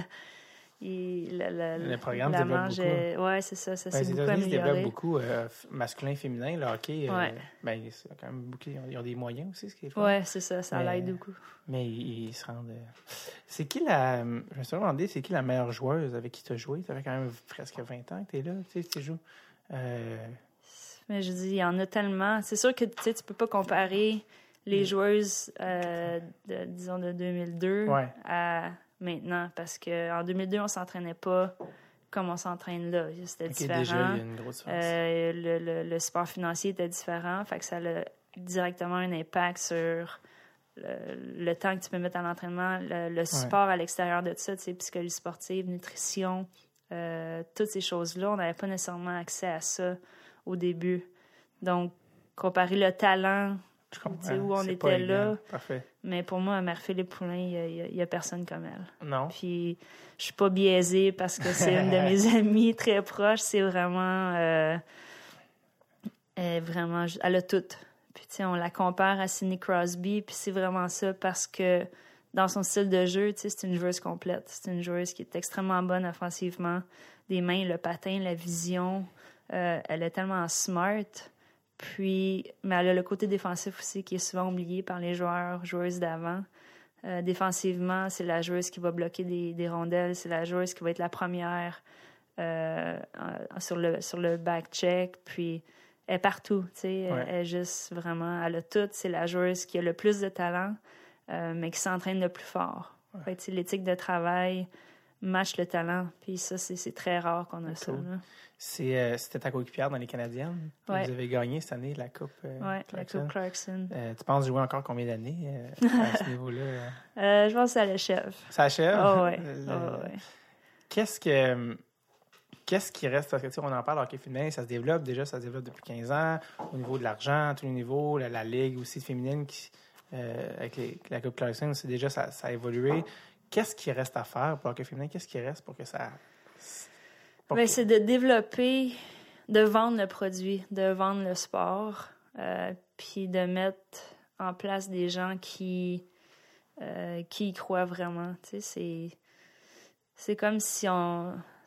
le programme développe beaucoup. Oui, c'est ça. Ça s'est beaucoup amélioré. Ils développent beaucoup masculin, féminin. Le hockey, c'est quand même beaucoup. Ils ont des moyens aussi, ce qui est fun. Oui, c'est ça. Ça l'aide beaucoup. Mais ils se rendent... C'est qui je me suis demandé, c'est qui la meilleure joueuse avec qui tu as joué? Ça fait quand même presque 20 ans que tu es là. Tu joues. Mais je dis, il y en a tellement. C'est sûr que tu peux pas comparer les joueuses, disons, de 2002 à... maintenant, parce qu'en 2002, on s'entraînait pas comme on s'entraîne là. C'était différent. Déjà, il y a une grosse différence. Le sport financier était différent, fait que ça a directement un impact sur le temps que tu peux mettre à l'entraînement, le support à l'extérieur de ça, tu sais, psychologie sportive, nutrition, toutes ces choses-là. On n'avait pas nécessairement accès à ça au début. Donc, comparer le talent... où on était là. Parfait. Mais pour moi, Marie-Philippe Poulin, il n'y a personne comme elle. Non. Puis, je suis pas biaisée parce que c'est une de mes amies très proches. C'est vraiment... elle a tout. Puis, tu sais, on la compare à Sidney Crosby. Puis, c'est vraiment ça parce que dans son style de jeu, tu sais, c'est une joueuse complète. C'est une joueuse qui est extrêmement bonne offensivement. Des mains, le patin, la vision. Elle est tellement smart. Puis, mais elle a le côté défensif aussi qui est souvent oublié par les joueuses d'avant. Défensivement, c'est la joueuse qui va bloquer des rondelles. C'est la joueuse qui va être la première sur le back-check. Puis, elle est partout. Tu sais, elle est juste vraiment... Elle a tout. C'est la joueuse qui a le plus de talent, mais qui s'entraîne le plus fort. Fait que, l'éthique de travail match le talent. Puis ça, c'est très rare qu'on a ça. Là. C'était ta coéquipière dans les Canadiennes. Vous avez gagné cette année la Coupe Clarkson. La Coupe Clarkson. Tu penses jouer encore combien d'années à ce niveau-là? Je pense que ça l'achève. Ça achève? Oh, oui. Qu'est-ce qui reste? Parce que on en parle, le hockey féminin, ça se développe depuis 15 ans. Au niveau de l'argent, à tous les niveaux, la Ligue aussi féminine avec la Coupe Clarkson, c'est déjà ça a évolué. Qu'est-ce qui reste à faire pour le hockey féminin? Qu'est-ce qui reste pour que ça... C'est de développer, de vendre le produit, de vendre le sport, puis de mettre en place des gens qui y croient vraiment. Tu sais, c'est comme si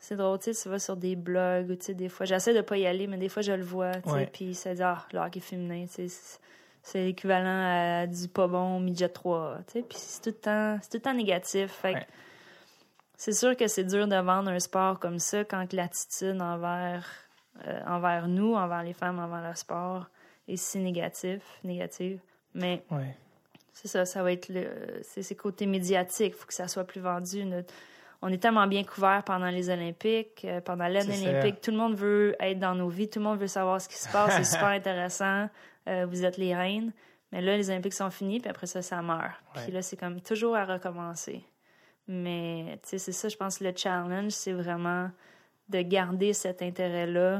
c'est drôle, tu sais, tu vas sur des blogs, ou tu sais, des fois, j'essaie de pas y aller, mais des fois, je le vois, tu sais, puis ça dit, le hockey féminin, tu sais, c'est l'équivalent à du pas bon midget 3, tu sais, puis c'est tout le temps négatif, fait que c'est sûr que c'est dur de vendre un sport comme ça quand l'attitude envers nous, envers les femmes, envers le sport est si négative, mais c'est ça va être c'est côté médiatique, il faut que ça soit plus vendu. On est tellement bien couverts pendant les Olympiques, pendant l'année olympique. Tout le monde veut être dans nos vies. Tout le monde veut savoir ce qui se passe. C'est super intéressant. Vous êtes les reines. Mais là, les Olympiques sont finis, puis après ça meurt. Puis là, c'est comme toujours à recommencer. Mais, tu sais, c'est ça, je pense, le challenge, c'est vraiment de garder cet intérêt-là,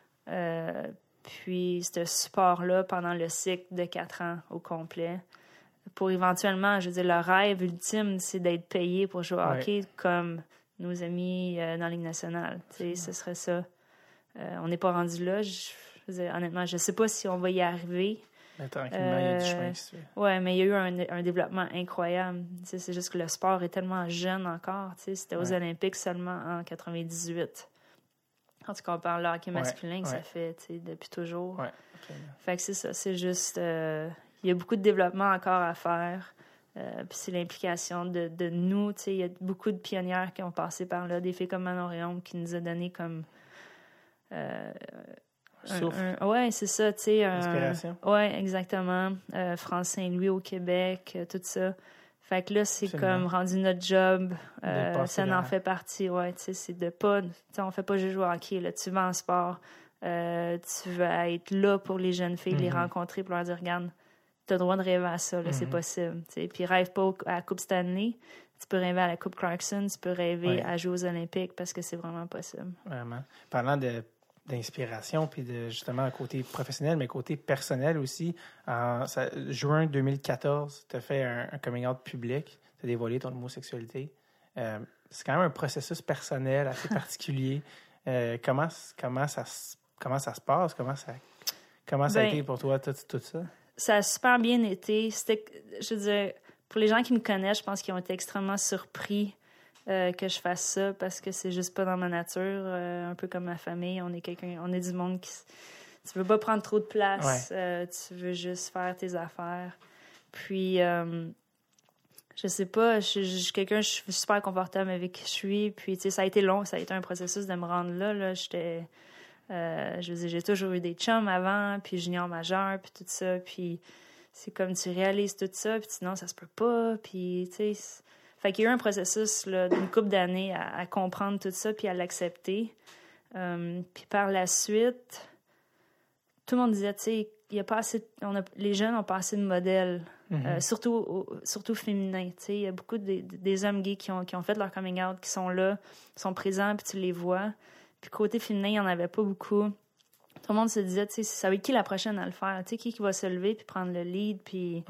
puis ce support-là pendant le cycle de 4 ans au complet. Pour éventuellement, je veux dire, le rêve ultime, c'est d'être payé pour jouer au hockey comme nos amis dans la Ligue nationale. Tu sais, ce serait ça. On n'est pas rendu là. Je veux dire, honnêtement, je ne sais pas si on va y arriver. Mais tranquillement, il y a du chemin qui se fait. Oui, mais il y a eu un développement incroyable. Tu sais, c'est juste que le sport est tellement jeune encore. Tu sais, c'était aux Olympiques seulement en 98. En tout cas, on parle de hockey masculin, que ça fait tu sais, depuis toujours. Fait que c'est ça. C'est juste... il y a beaucoup de développement encore à faire. Puis c'est l'implication de nous. Il y a beaucoup de pionnières qui ont passé par là. Des filles comme Manon Réaume qui nous a donné comme... Oui, c'est ça. Inspiration. Oui, exactement. France Saint-Louis au Québec, tout ça. Fait que là, c'est comme rendu notre job. Ça en fait partie. Ouais, c'est de pas... On fait pas juste jouer au hockey. Là. Tu vas en sport. Tu vas être là pour les jeunes filles, les rencontrer, pour leur dire, regarde, tu as le droit de rêver à ça, là, c'est possible. T'sais. Puis rêve pas à la Coupe Stanley, tu peux rêver à la Coupe Clarkson, tu peux rêver à jouer aux Olympiques parce que c'est vraiment possible. Vraiment. Parlant d'inspiration, puis de justement côté professionnel, mais côté personnel aussi, juin 2014, tu as fait un coming out public, tu as dévoilé ton homosexualité. C'est quand même un processus personnel assez particulier. Comment ça se passe? Comment ça a été pour toi, tout ça? Ça a super bien été. Je veux dire, pour les gens qui me connaissent, je pense qu'ils ont été extrêmement surpris que je fasse ça parce que c'est juste pas dans ma nature. Un peu comme ma famille, on est du monde qui... Tu veux pas prendre trop de place. Tu veux juste faire tes affaires. Puis, je sais pas, je suis quelqu'un, je suis super confortable avec qui je suis. Puis, tu sais, ça a été long. Ça a été un processus de me rendre là. J'étais... je veux dire, j'ai toujours eu des chums avant, puis junior majeur, puis tout ça, puis c'est comme tu réalises tout ça, puis sinon ça se peut pas, puis tu sais... Fait qu'il y a eu un processus là, d'une couple d'années à comprendre tout ça, puis à l'accepter. Puis par la suite, tout le monde disait, tu sais, il y a pas assez... les jeunes n'ont pas assez de modèles, surtout féminins, tu sais. Il y a beaucoup des hommes gays qui ont fait leur coming out, qui sont là, sont présents, puis tu les vois. Puis côté féminin, il n'y en avait pas beaucoup. Tout le monde se disait, tu sais, ça va être qui la prochaine à le faire? Tu sais, qui va se lever puis prendre le lead?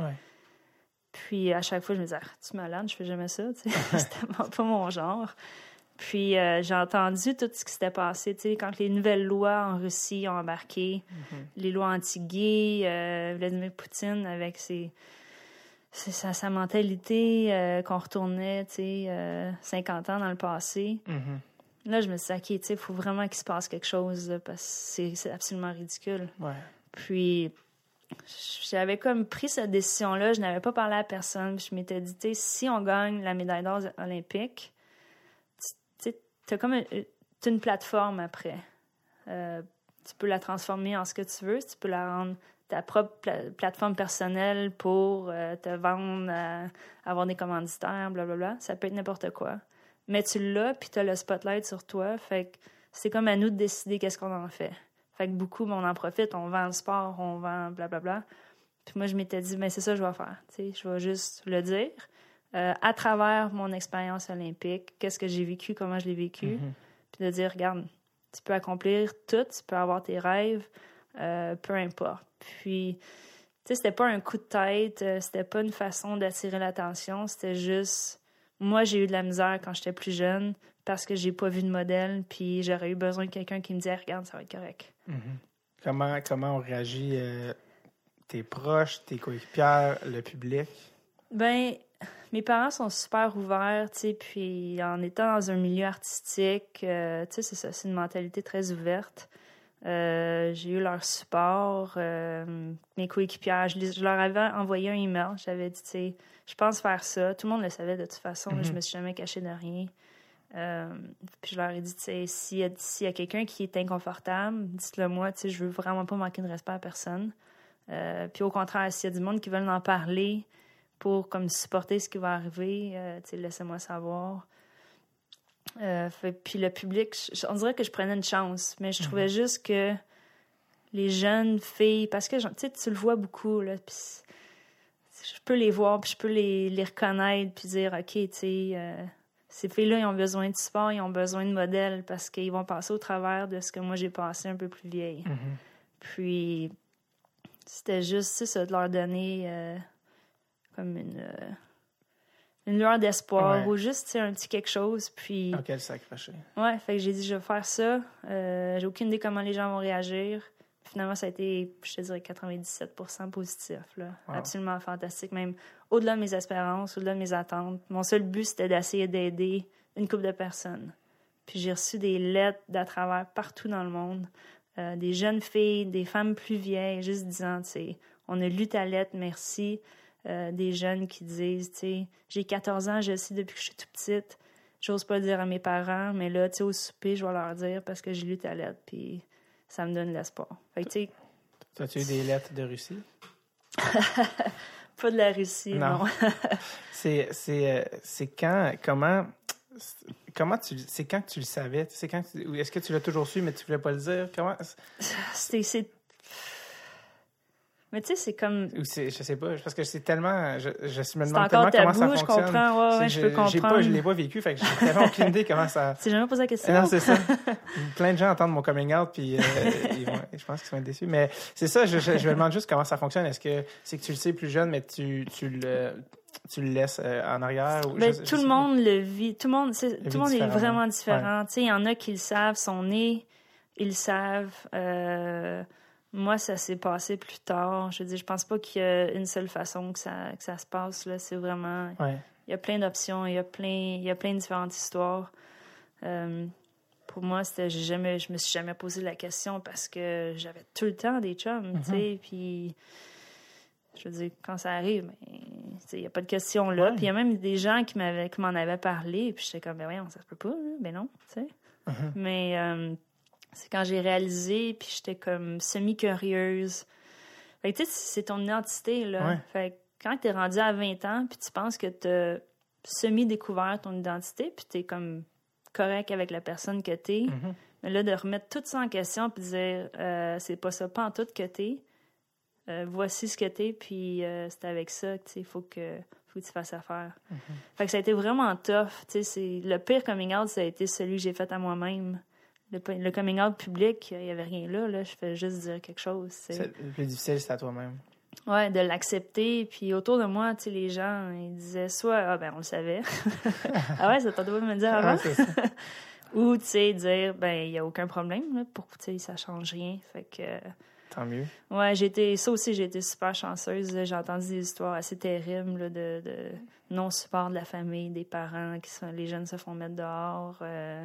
Puis à chaque fois, je me disais, tu es malade, je fais jamais ça. Tu sais. C'était pas mon genre. Puis j'ai entendu tout ce qui s'était passé. Tu sais, quand les nouvelles lois en Russie ont embarqué, les lois anti-gays, Vladimir Poutine avec sa mentalité qu'on retournait, tu sais, 50 ans dans le passé. Là, je me suis dit, OK, tu sais, il faut vraiment qu'il se passe quelque chose, là, parce que c'est absolument ridicule. Puis, j'avais comme pris cette décision-là, je n'avais pas parlé à personne, puis je m'étais dit, tu sais, si on gagne la médaille d'or olympique, tu sais, t'as comme une plateforme après. Tu peux la transformer en ce que tu veux, tu peux la rendre ta propre plateforme personnelle pour te vendre, avoir des commanditaires, blablabla. Ça peut être n'importe quoi. Mais tu l'as, puis tu as le spotlight sur toi. Fait que c'est comme à nous de décider qu'est-ce qu'on en fait. Fait que beaucoup, on en profite, on vend le sport, on vend blablabla. Puis moi, je m'étais dit, c'est ça que je vais faire. T'sais, je vais juste le dire. À travers mon expérience olympique, qu'est-ce que j'ai vécu, comment je l'ai vécu. Puis de dire, regarde, tu peux accomplir tout, tu peux avoir tes rêves, peu importe. Puis, tu sais, c'était pas un coup de tête, c'était pas une façon d'attirer l'attention, c'était juste... Moi, j'ai eu de la misère quand j'étais plus jeune parce que j'ai pas vu de modèle, puis j'aurais eu besoin de quelqu'un qui me disait, regarde, ça va être correct. Comment ont réagi tes proches, tes coéquipières, le public? Ben, mes parents sont super ouverts, tu sais, puis en étant dans un milieu artistique, tu sais, c'est ça, c'est une mentalité très ouverte. J'ai eu leur support, mes coéquipières. Je leur avais envoyé un email. J'avais dit, tu sais, je pense faire ça. Tout le monde le savait de toute façon. Là, je me suis jamais cachée de rien. Puis je leur ai dit, tu sais, s'il y a quelqu'un qui est inconfortable, dites-le moi. Tu sais, je veux vraiment pas manquer de respect à personne. Puis au contraire, s'il y a du monde qui veulent en parler pour comme supporter ce qui va arriver, tu sais, laissez-moi savoir. Puis le public, on dirait que je prenais une chance, mais je trouvais juste que les jeunes filles, parce que tu le vois beaucoup, là, puis je peux les voir, puis je peux les reconnaître, puis dire, OK, tu sais, ces filles-là, ils ont besoin de support, ils ont besoin de modèles, parce qu'ils vont passer au travers de ce que moi j'ai passé un peu plus vieille. Puis c'était juste, ça, de leur donner comme une lueur d'espoir ou juste un petit quelque chose. Puis OK, s'accrocher. Ouais, fait que j'ai dit, je vais faire ça. J'ai aucune idée comment les gens vont réagir. Finalement, ça a été, je te dirais, 97% positif. Là. Wow. Absolument fantastique. Même au-delà de mes espérances, au-delà de mes attentes. Mon seul but, c'était d'essayer d'aider une couple de personnes. Puis j'ai reçu des lettres d'à travers partout dans le monde. Des jeunes filles, des femmes plus vieilles, juste disant, tu sais, on a lu ta lettre, merci. Des jeunes qui disent, tu sais, j'ai 14 ans, je sais depuis que je suis toute petite. J'ose pas le dire à mes parents, mais là, tu sais, au souper, je vais leur dire parce que j'ai lu ta lettre, puis ça me donne l'espoir. Fait que, tu sais... As-tu eu des lettres de Russie? Pas de la Russie, non. C'est quand, comment c'est quand que tu le savais? C'est quand est-ce que tu l'as toujours su, mais tu voulais pas le dire? Comment? Mais tu sais, c'est comme... Je sais pas, parce que c'est tellement... Je me demande tellement tabou, comment ça fonctionne. Je comprends, ouais, je peux comprendre. Je l'ai pas vécu, fait que j'ai tellement aucune idée comment ça... Tu t'es jamais posé la question? Non, c'est ça. Plein de gens entendent mon coming out, puis je pense qu'ils vont être déçus. Mais c'est ça, je me demande juste comment ça fonctionne. Est-ce que c'est que tu le sais plus jeune, mais tu le laisses en arrière? Ou tout le monde le vit. Tout le monde est vraiment différent. Ouais. Tu sais, il y en a qui le savent, sont nés, ils le savent. Moi, ça s'est passé plus tard. Je veux dire, je pense pas qu'il y a une seule façon que ça se passe. Là. C'est vraiment... Ouais. Il y a plein d'options, il y a plein de différentes histoires. Pour moi, je me suis jamais posé la question parce que j'avais tout le temps des chums, tu sais, puis... Je veux dire, quand ça arrive, il n'y a pas de question là. Puis il y a même des gens qui m'en avaient parlé, puis j'étais comme, ben voyons, ça se peut pas, là. Ben non, tu sais. Mais... c'est quand j'ai réalisé, puis j'étais comme semi-curieuse. Fait que tu sais, c'est ton identité, là. Ouais. Fait que quand t'es rendu à 20 ans, puis tu penses que t'as semi-découvert ton identité, puis t'es comme correct avec la personne que t'es, mais là, de remettre tout ça en question, puis de dire, c'est pas ça, pas en tout que t'es. Voici ce que t'es, puis c'est avec ça que, tu sais, il faut que tu fasses affaire. Fait que ça a été vraiment tough. Tu sais, le pire coming out, ça a été celui que j'ai fait à moi-même. Le coming out public, il n'y avait rien là. Je fais juste dire quelque chose. Le plus difficile, c'est à toi-même. Ouais, de l'accepter. Puis autour de moi, tu sais, les gens, ils disaient soit, ah ben, on le savait. Ah ouais, ça t'entendait pas me le dire avant? C'est ça. Ou, tu sais, dire, ben, il n'y a aucun problème, là, pour, tu sais, ça change rien. Fait que. Tant mieux. Ouais, j'ai été super chanceuse. J'ai entendu des histoires assez terribles là, de non-support de la famille, des parents, les jeunes se font mettre dehors.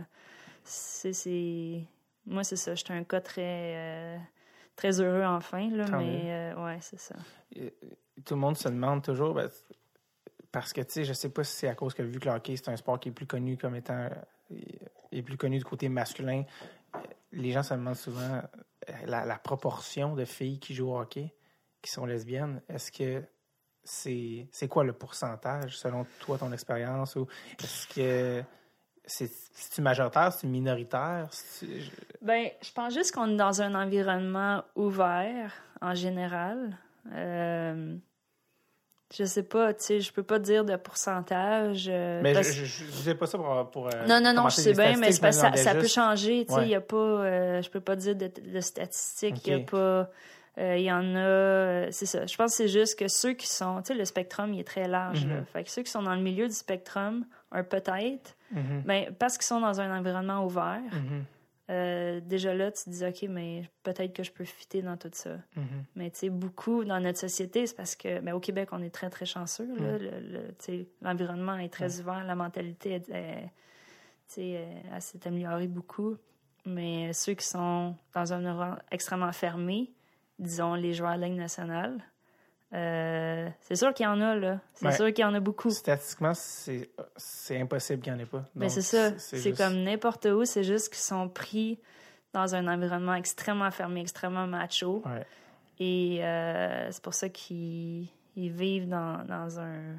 Moi, c'est ça. J'étais un cas très, très heureux, enfin, là, mais ouais, c'est ça. Tout le monde se demande toujours, parce que, tu sais, je sais pas si c'est à cause que, vu que le hockey, c'est un sport qui est plus connu comme étant... est plus connu du côté masculin, les gens se demandent souvent la proportion de filles qui jouent au hockey, qui sont lesbiennes. Est-ce que c'est quoi le pourcentage, selon toi, ton expérience? Ou est-ce que... C'est-tu majoritaire? C'est-tu minoritaire? Ben, je pense juste qu'on est dans un environnement ouvert, en général. Je sais pas, tu sais, je peux pas dire de pourcentage. Mais je disais pas ça pour non, je sais bien, mais c'est parce que ça peut changer, tu sais, il y a pas... je peux pas dire de statistiques, il y a pas... Il y en a... c'est ça. Je pense que c'est juste que ceux qui sont... Tu sais, le spectrum, il est très large, là. Fait que ceux qui sont dans le milieu du spectrum, peut-être... Ben, parce qu'ils sont dans un environnement ouvert, déjà là, tu te dis, OK, mais peut-être que je peux fitter dans tout ça. Mais tu sais, beaucoup dans notre société, c'est parce que, au Québec, on est très, très chanceux. Là, l'environnement est très ouvert, la mentalité, elle s'est améliorée beaucoup. Mais ceux qui sont dans un environnement extrêmement fermé, disons les joueurs de la Ligue nationale, c'est sûr qu'il y en a, là. C'est sûr qu'il y en a beaucoup. Statistiquement, c'est impossible qu'il n'y en ait pas. Mais c'est ça. C'est juste... comme n'importe où. C'est juste qu'ils sont pris dans un environnement extrêmement fermé, extrêmement macho. Ouais. Et c'est pour ça qu'ils vivent dans un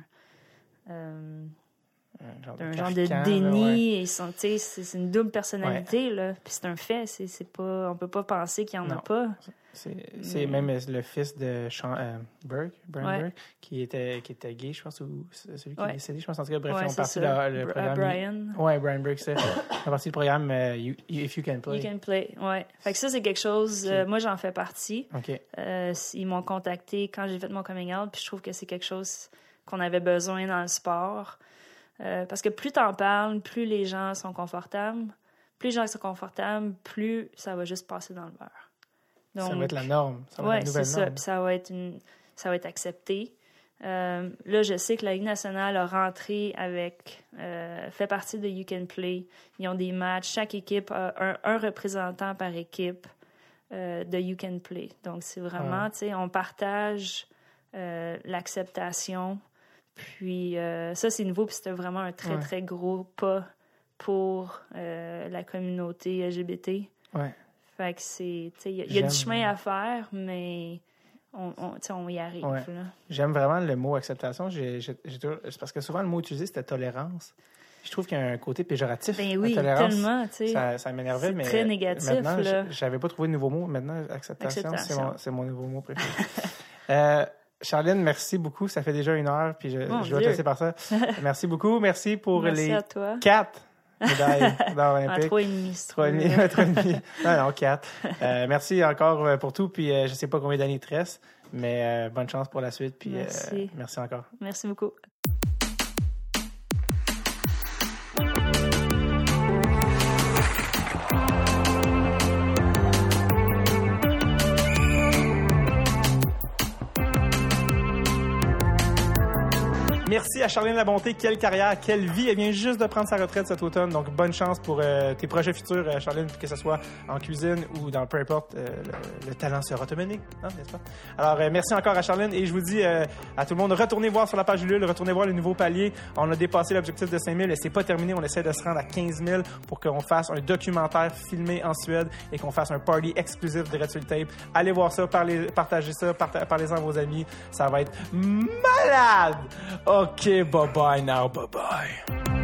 genre de déni. Et c'est une double personnalité. Là. Puis c'est un fait. C'est pas, on peut pas penser qu'il n'y en a pas. C'est même le fils de Brian Burke, qui était gay, je pense, ou celui qui est décédé, je pense. En tout cas, bref, ils ont parti le programme. Brian Burke, c'est. Ils ont parti le programme If You Can Play. You Can Play, ouais. Fait que ça, c'est quelque chose. Moi, j'en fais partie. Okay. Ils m'ont contacté quand j'ai fait mon coming out, puis je trouve que c'est quelque chose qu'on avait besoin dans le sport. Parce que plus t'en parles, plus les gens sont confortables. Plus les gens sont confortables, plus ça va juste passer dans le beurre. Donc, ça va être la norme. Ça va être la nouvelle norme. Puis ça va être accepté. Là, je sais que la Ligue nationale a rentré fait partie de You Can Play. Ils ont des matchs. Chaque équipe a un représentant par équipe de You Can Play. Donc, c'est vraiment, tu sais, on partage l'acceptation. Puis ça, c'est nouveau. Puis c'était vraiment un très, très gros pas pour la communauté LGBT. Ouais. Fait que c'est... Il y a du chemin à faire, mais on y arrive. Ouais. Là. J'aime vraiment le mot acceptation. C'est parce que souvent, le mot utilisé, c'était tolérance. Je trouve qu'il y a un côté péjoratif. Ben oui, tolérance, tellement, tu sais. Ça m'énervait, mais très négatif, maintenant, là. J'avais pas trouvé de nouveau mot. Maintenant, acceptation. C'est mon nouveau mot préféré. Charline, merci beaucoup. Ça fait déjà 1 heure, puis je dois te laisser par ça. Merci beaucoup. Merci pour les 4 médailles d'or olympique. 3,5. Non, 4. Merci encore pour tout, puis je sais pas combien d'années il te reste, mais bonne chance pour la suite, puis merci encore. Merci beaucoup. Merci à Charline Labonté. Quelle carrière, quelle vie. Elle vient juste de prendre sa retraite cet automne. Donc, bonne chance pour tes projets futurs, Charline, que ce soit en cuisine ou dans peu importe. Le talent sera te mener, hein, n'est-ce pas? Alors, merci encore à Charline. Et je vous dis à tout le monde, retournez voir sur la page Ulule, retournez voir le nouveau palier. On a dépassé l'objectif de 5 000 et c'est pas terminé. On essaie de se rendre à 15 000 pour qu'on fasse un documentaire filmé en Suède et qu'on fasse un party exclusif de Red Sur le Tape. Allez voir ça, partagez ça, parlez-en à vos amis. Ça va être malade! OK, bye-bye now, bye-bye.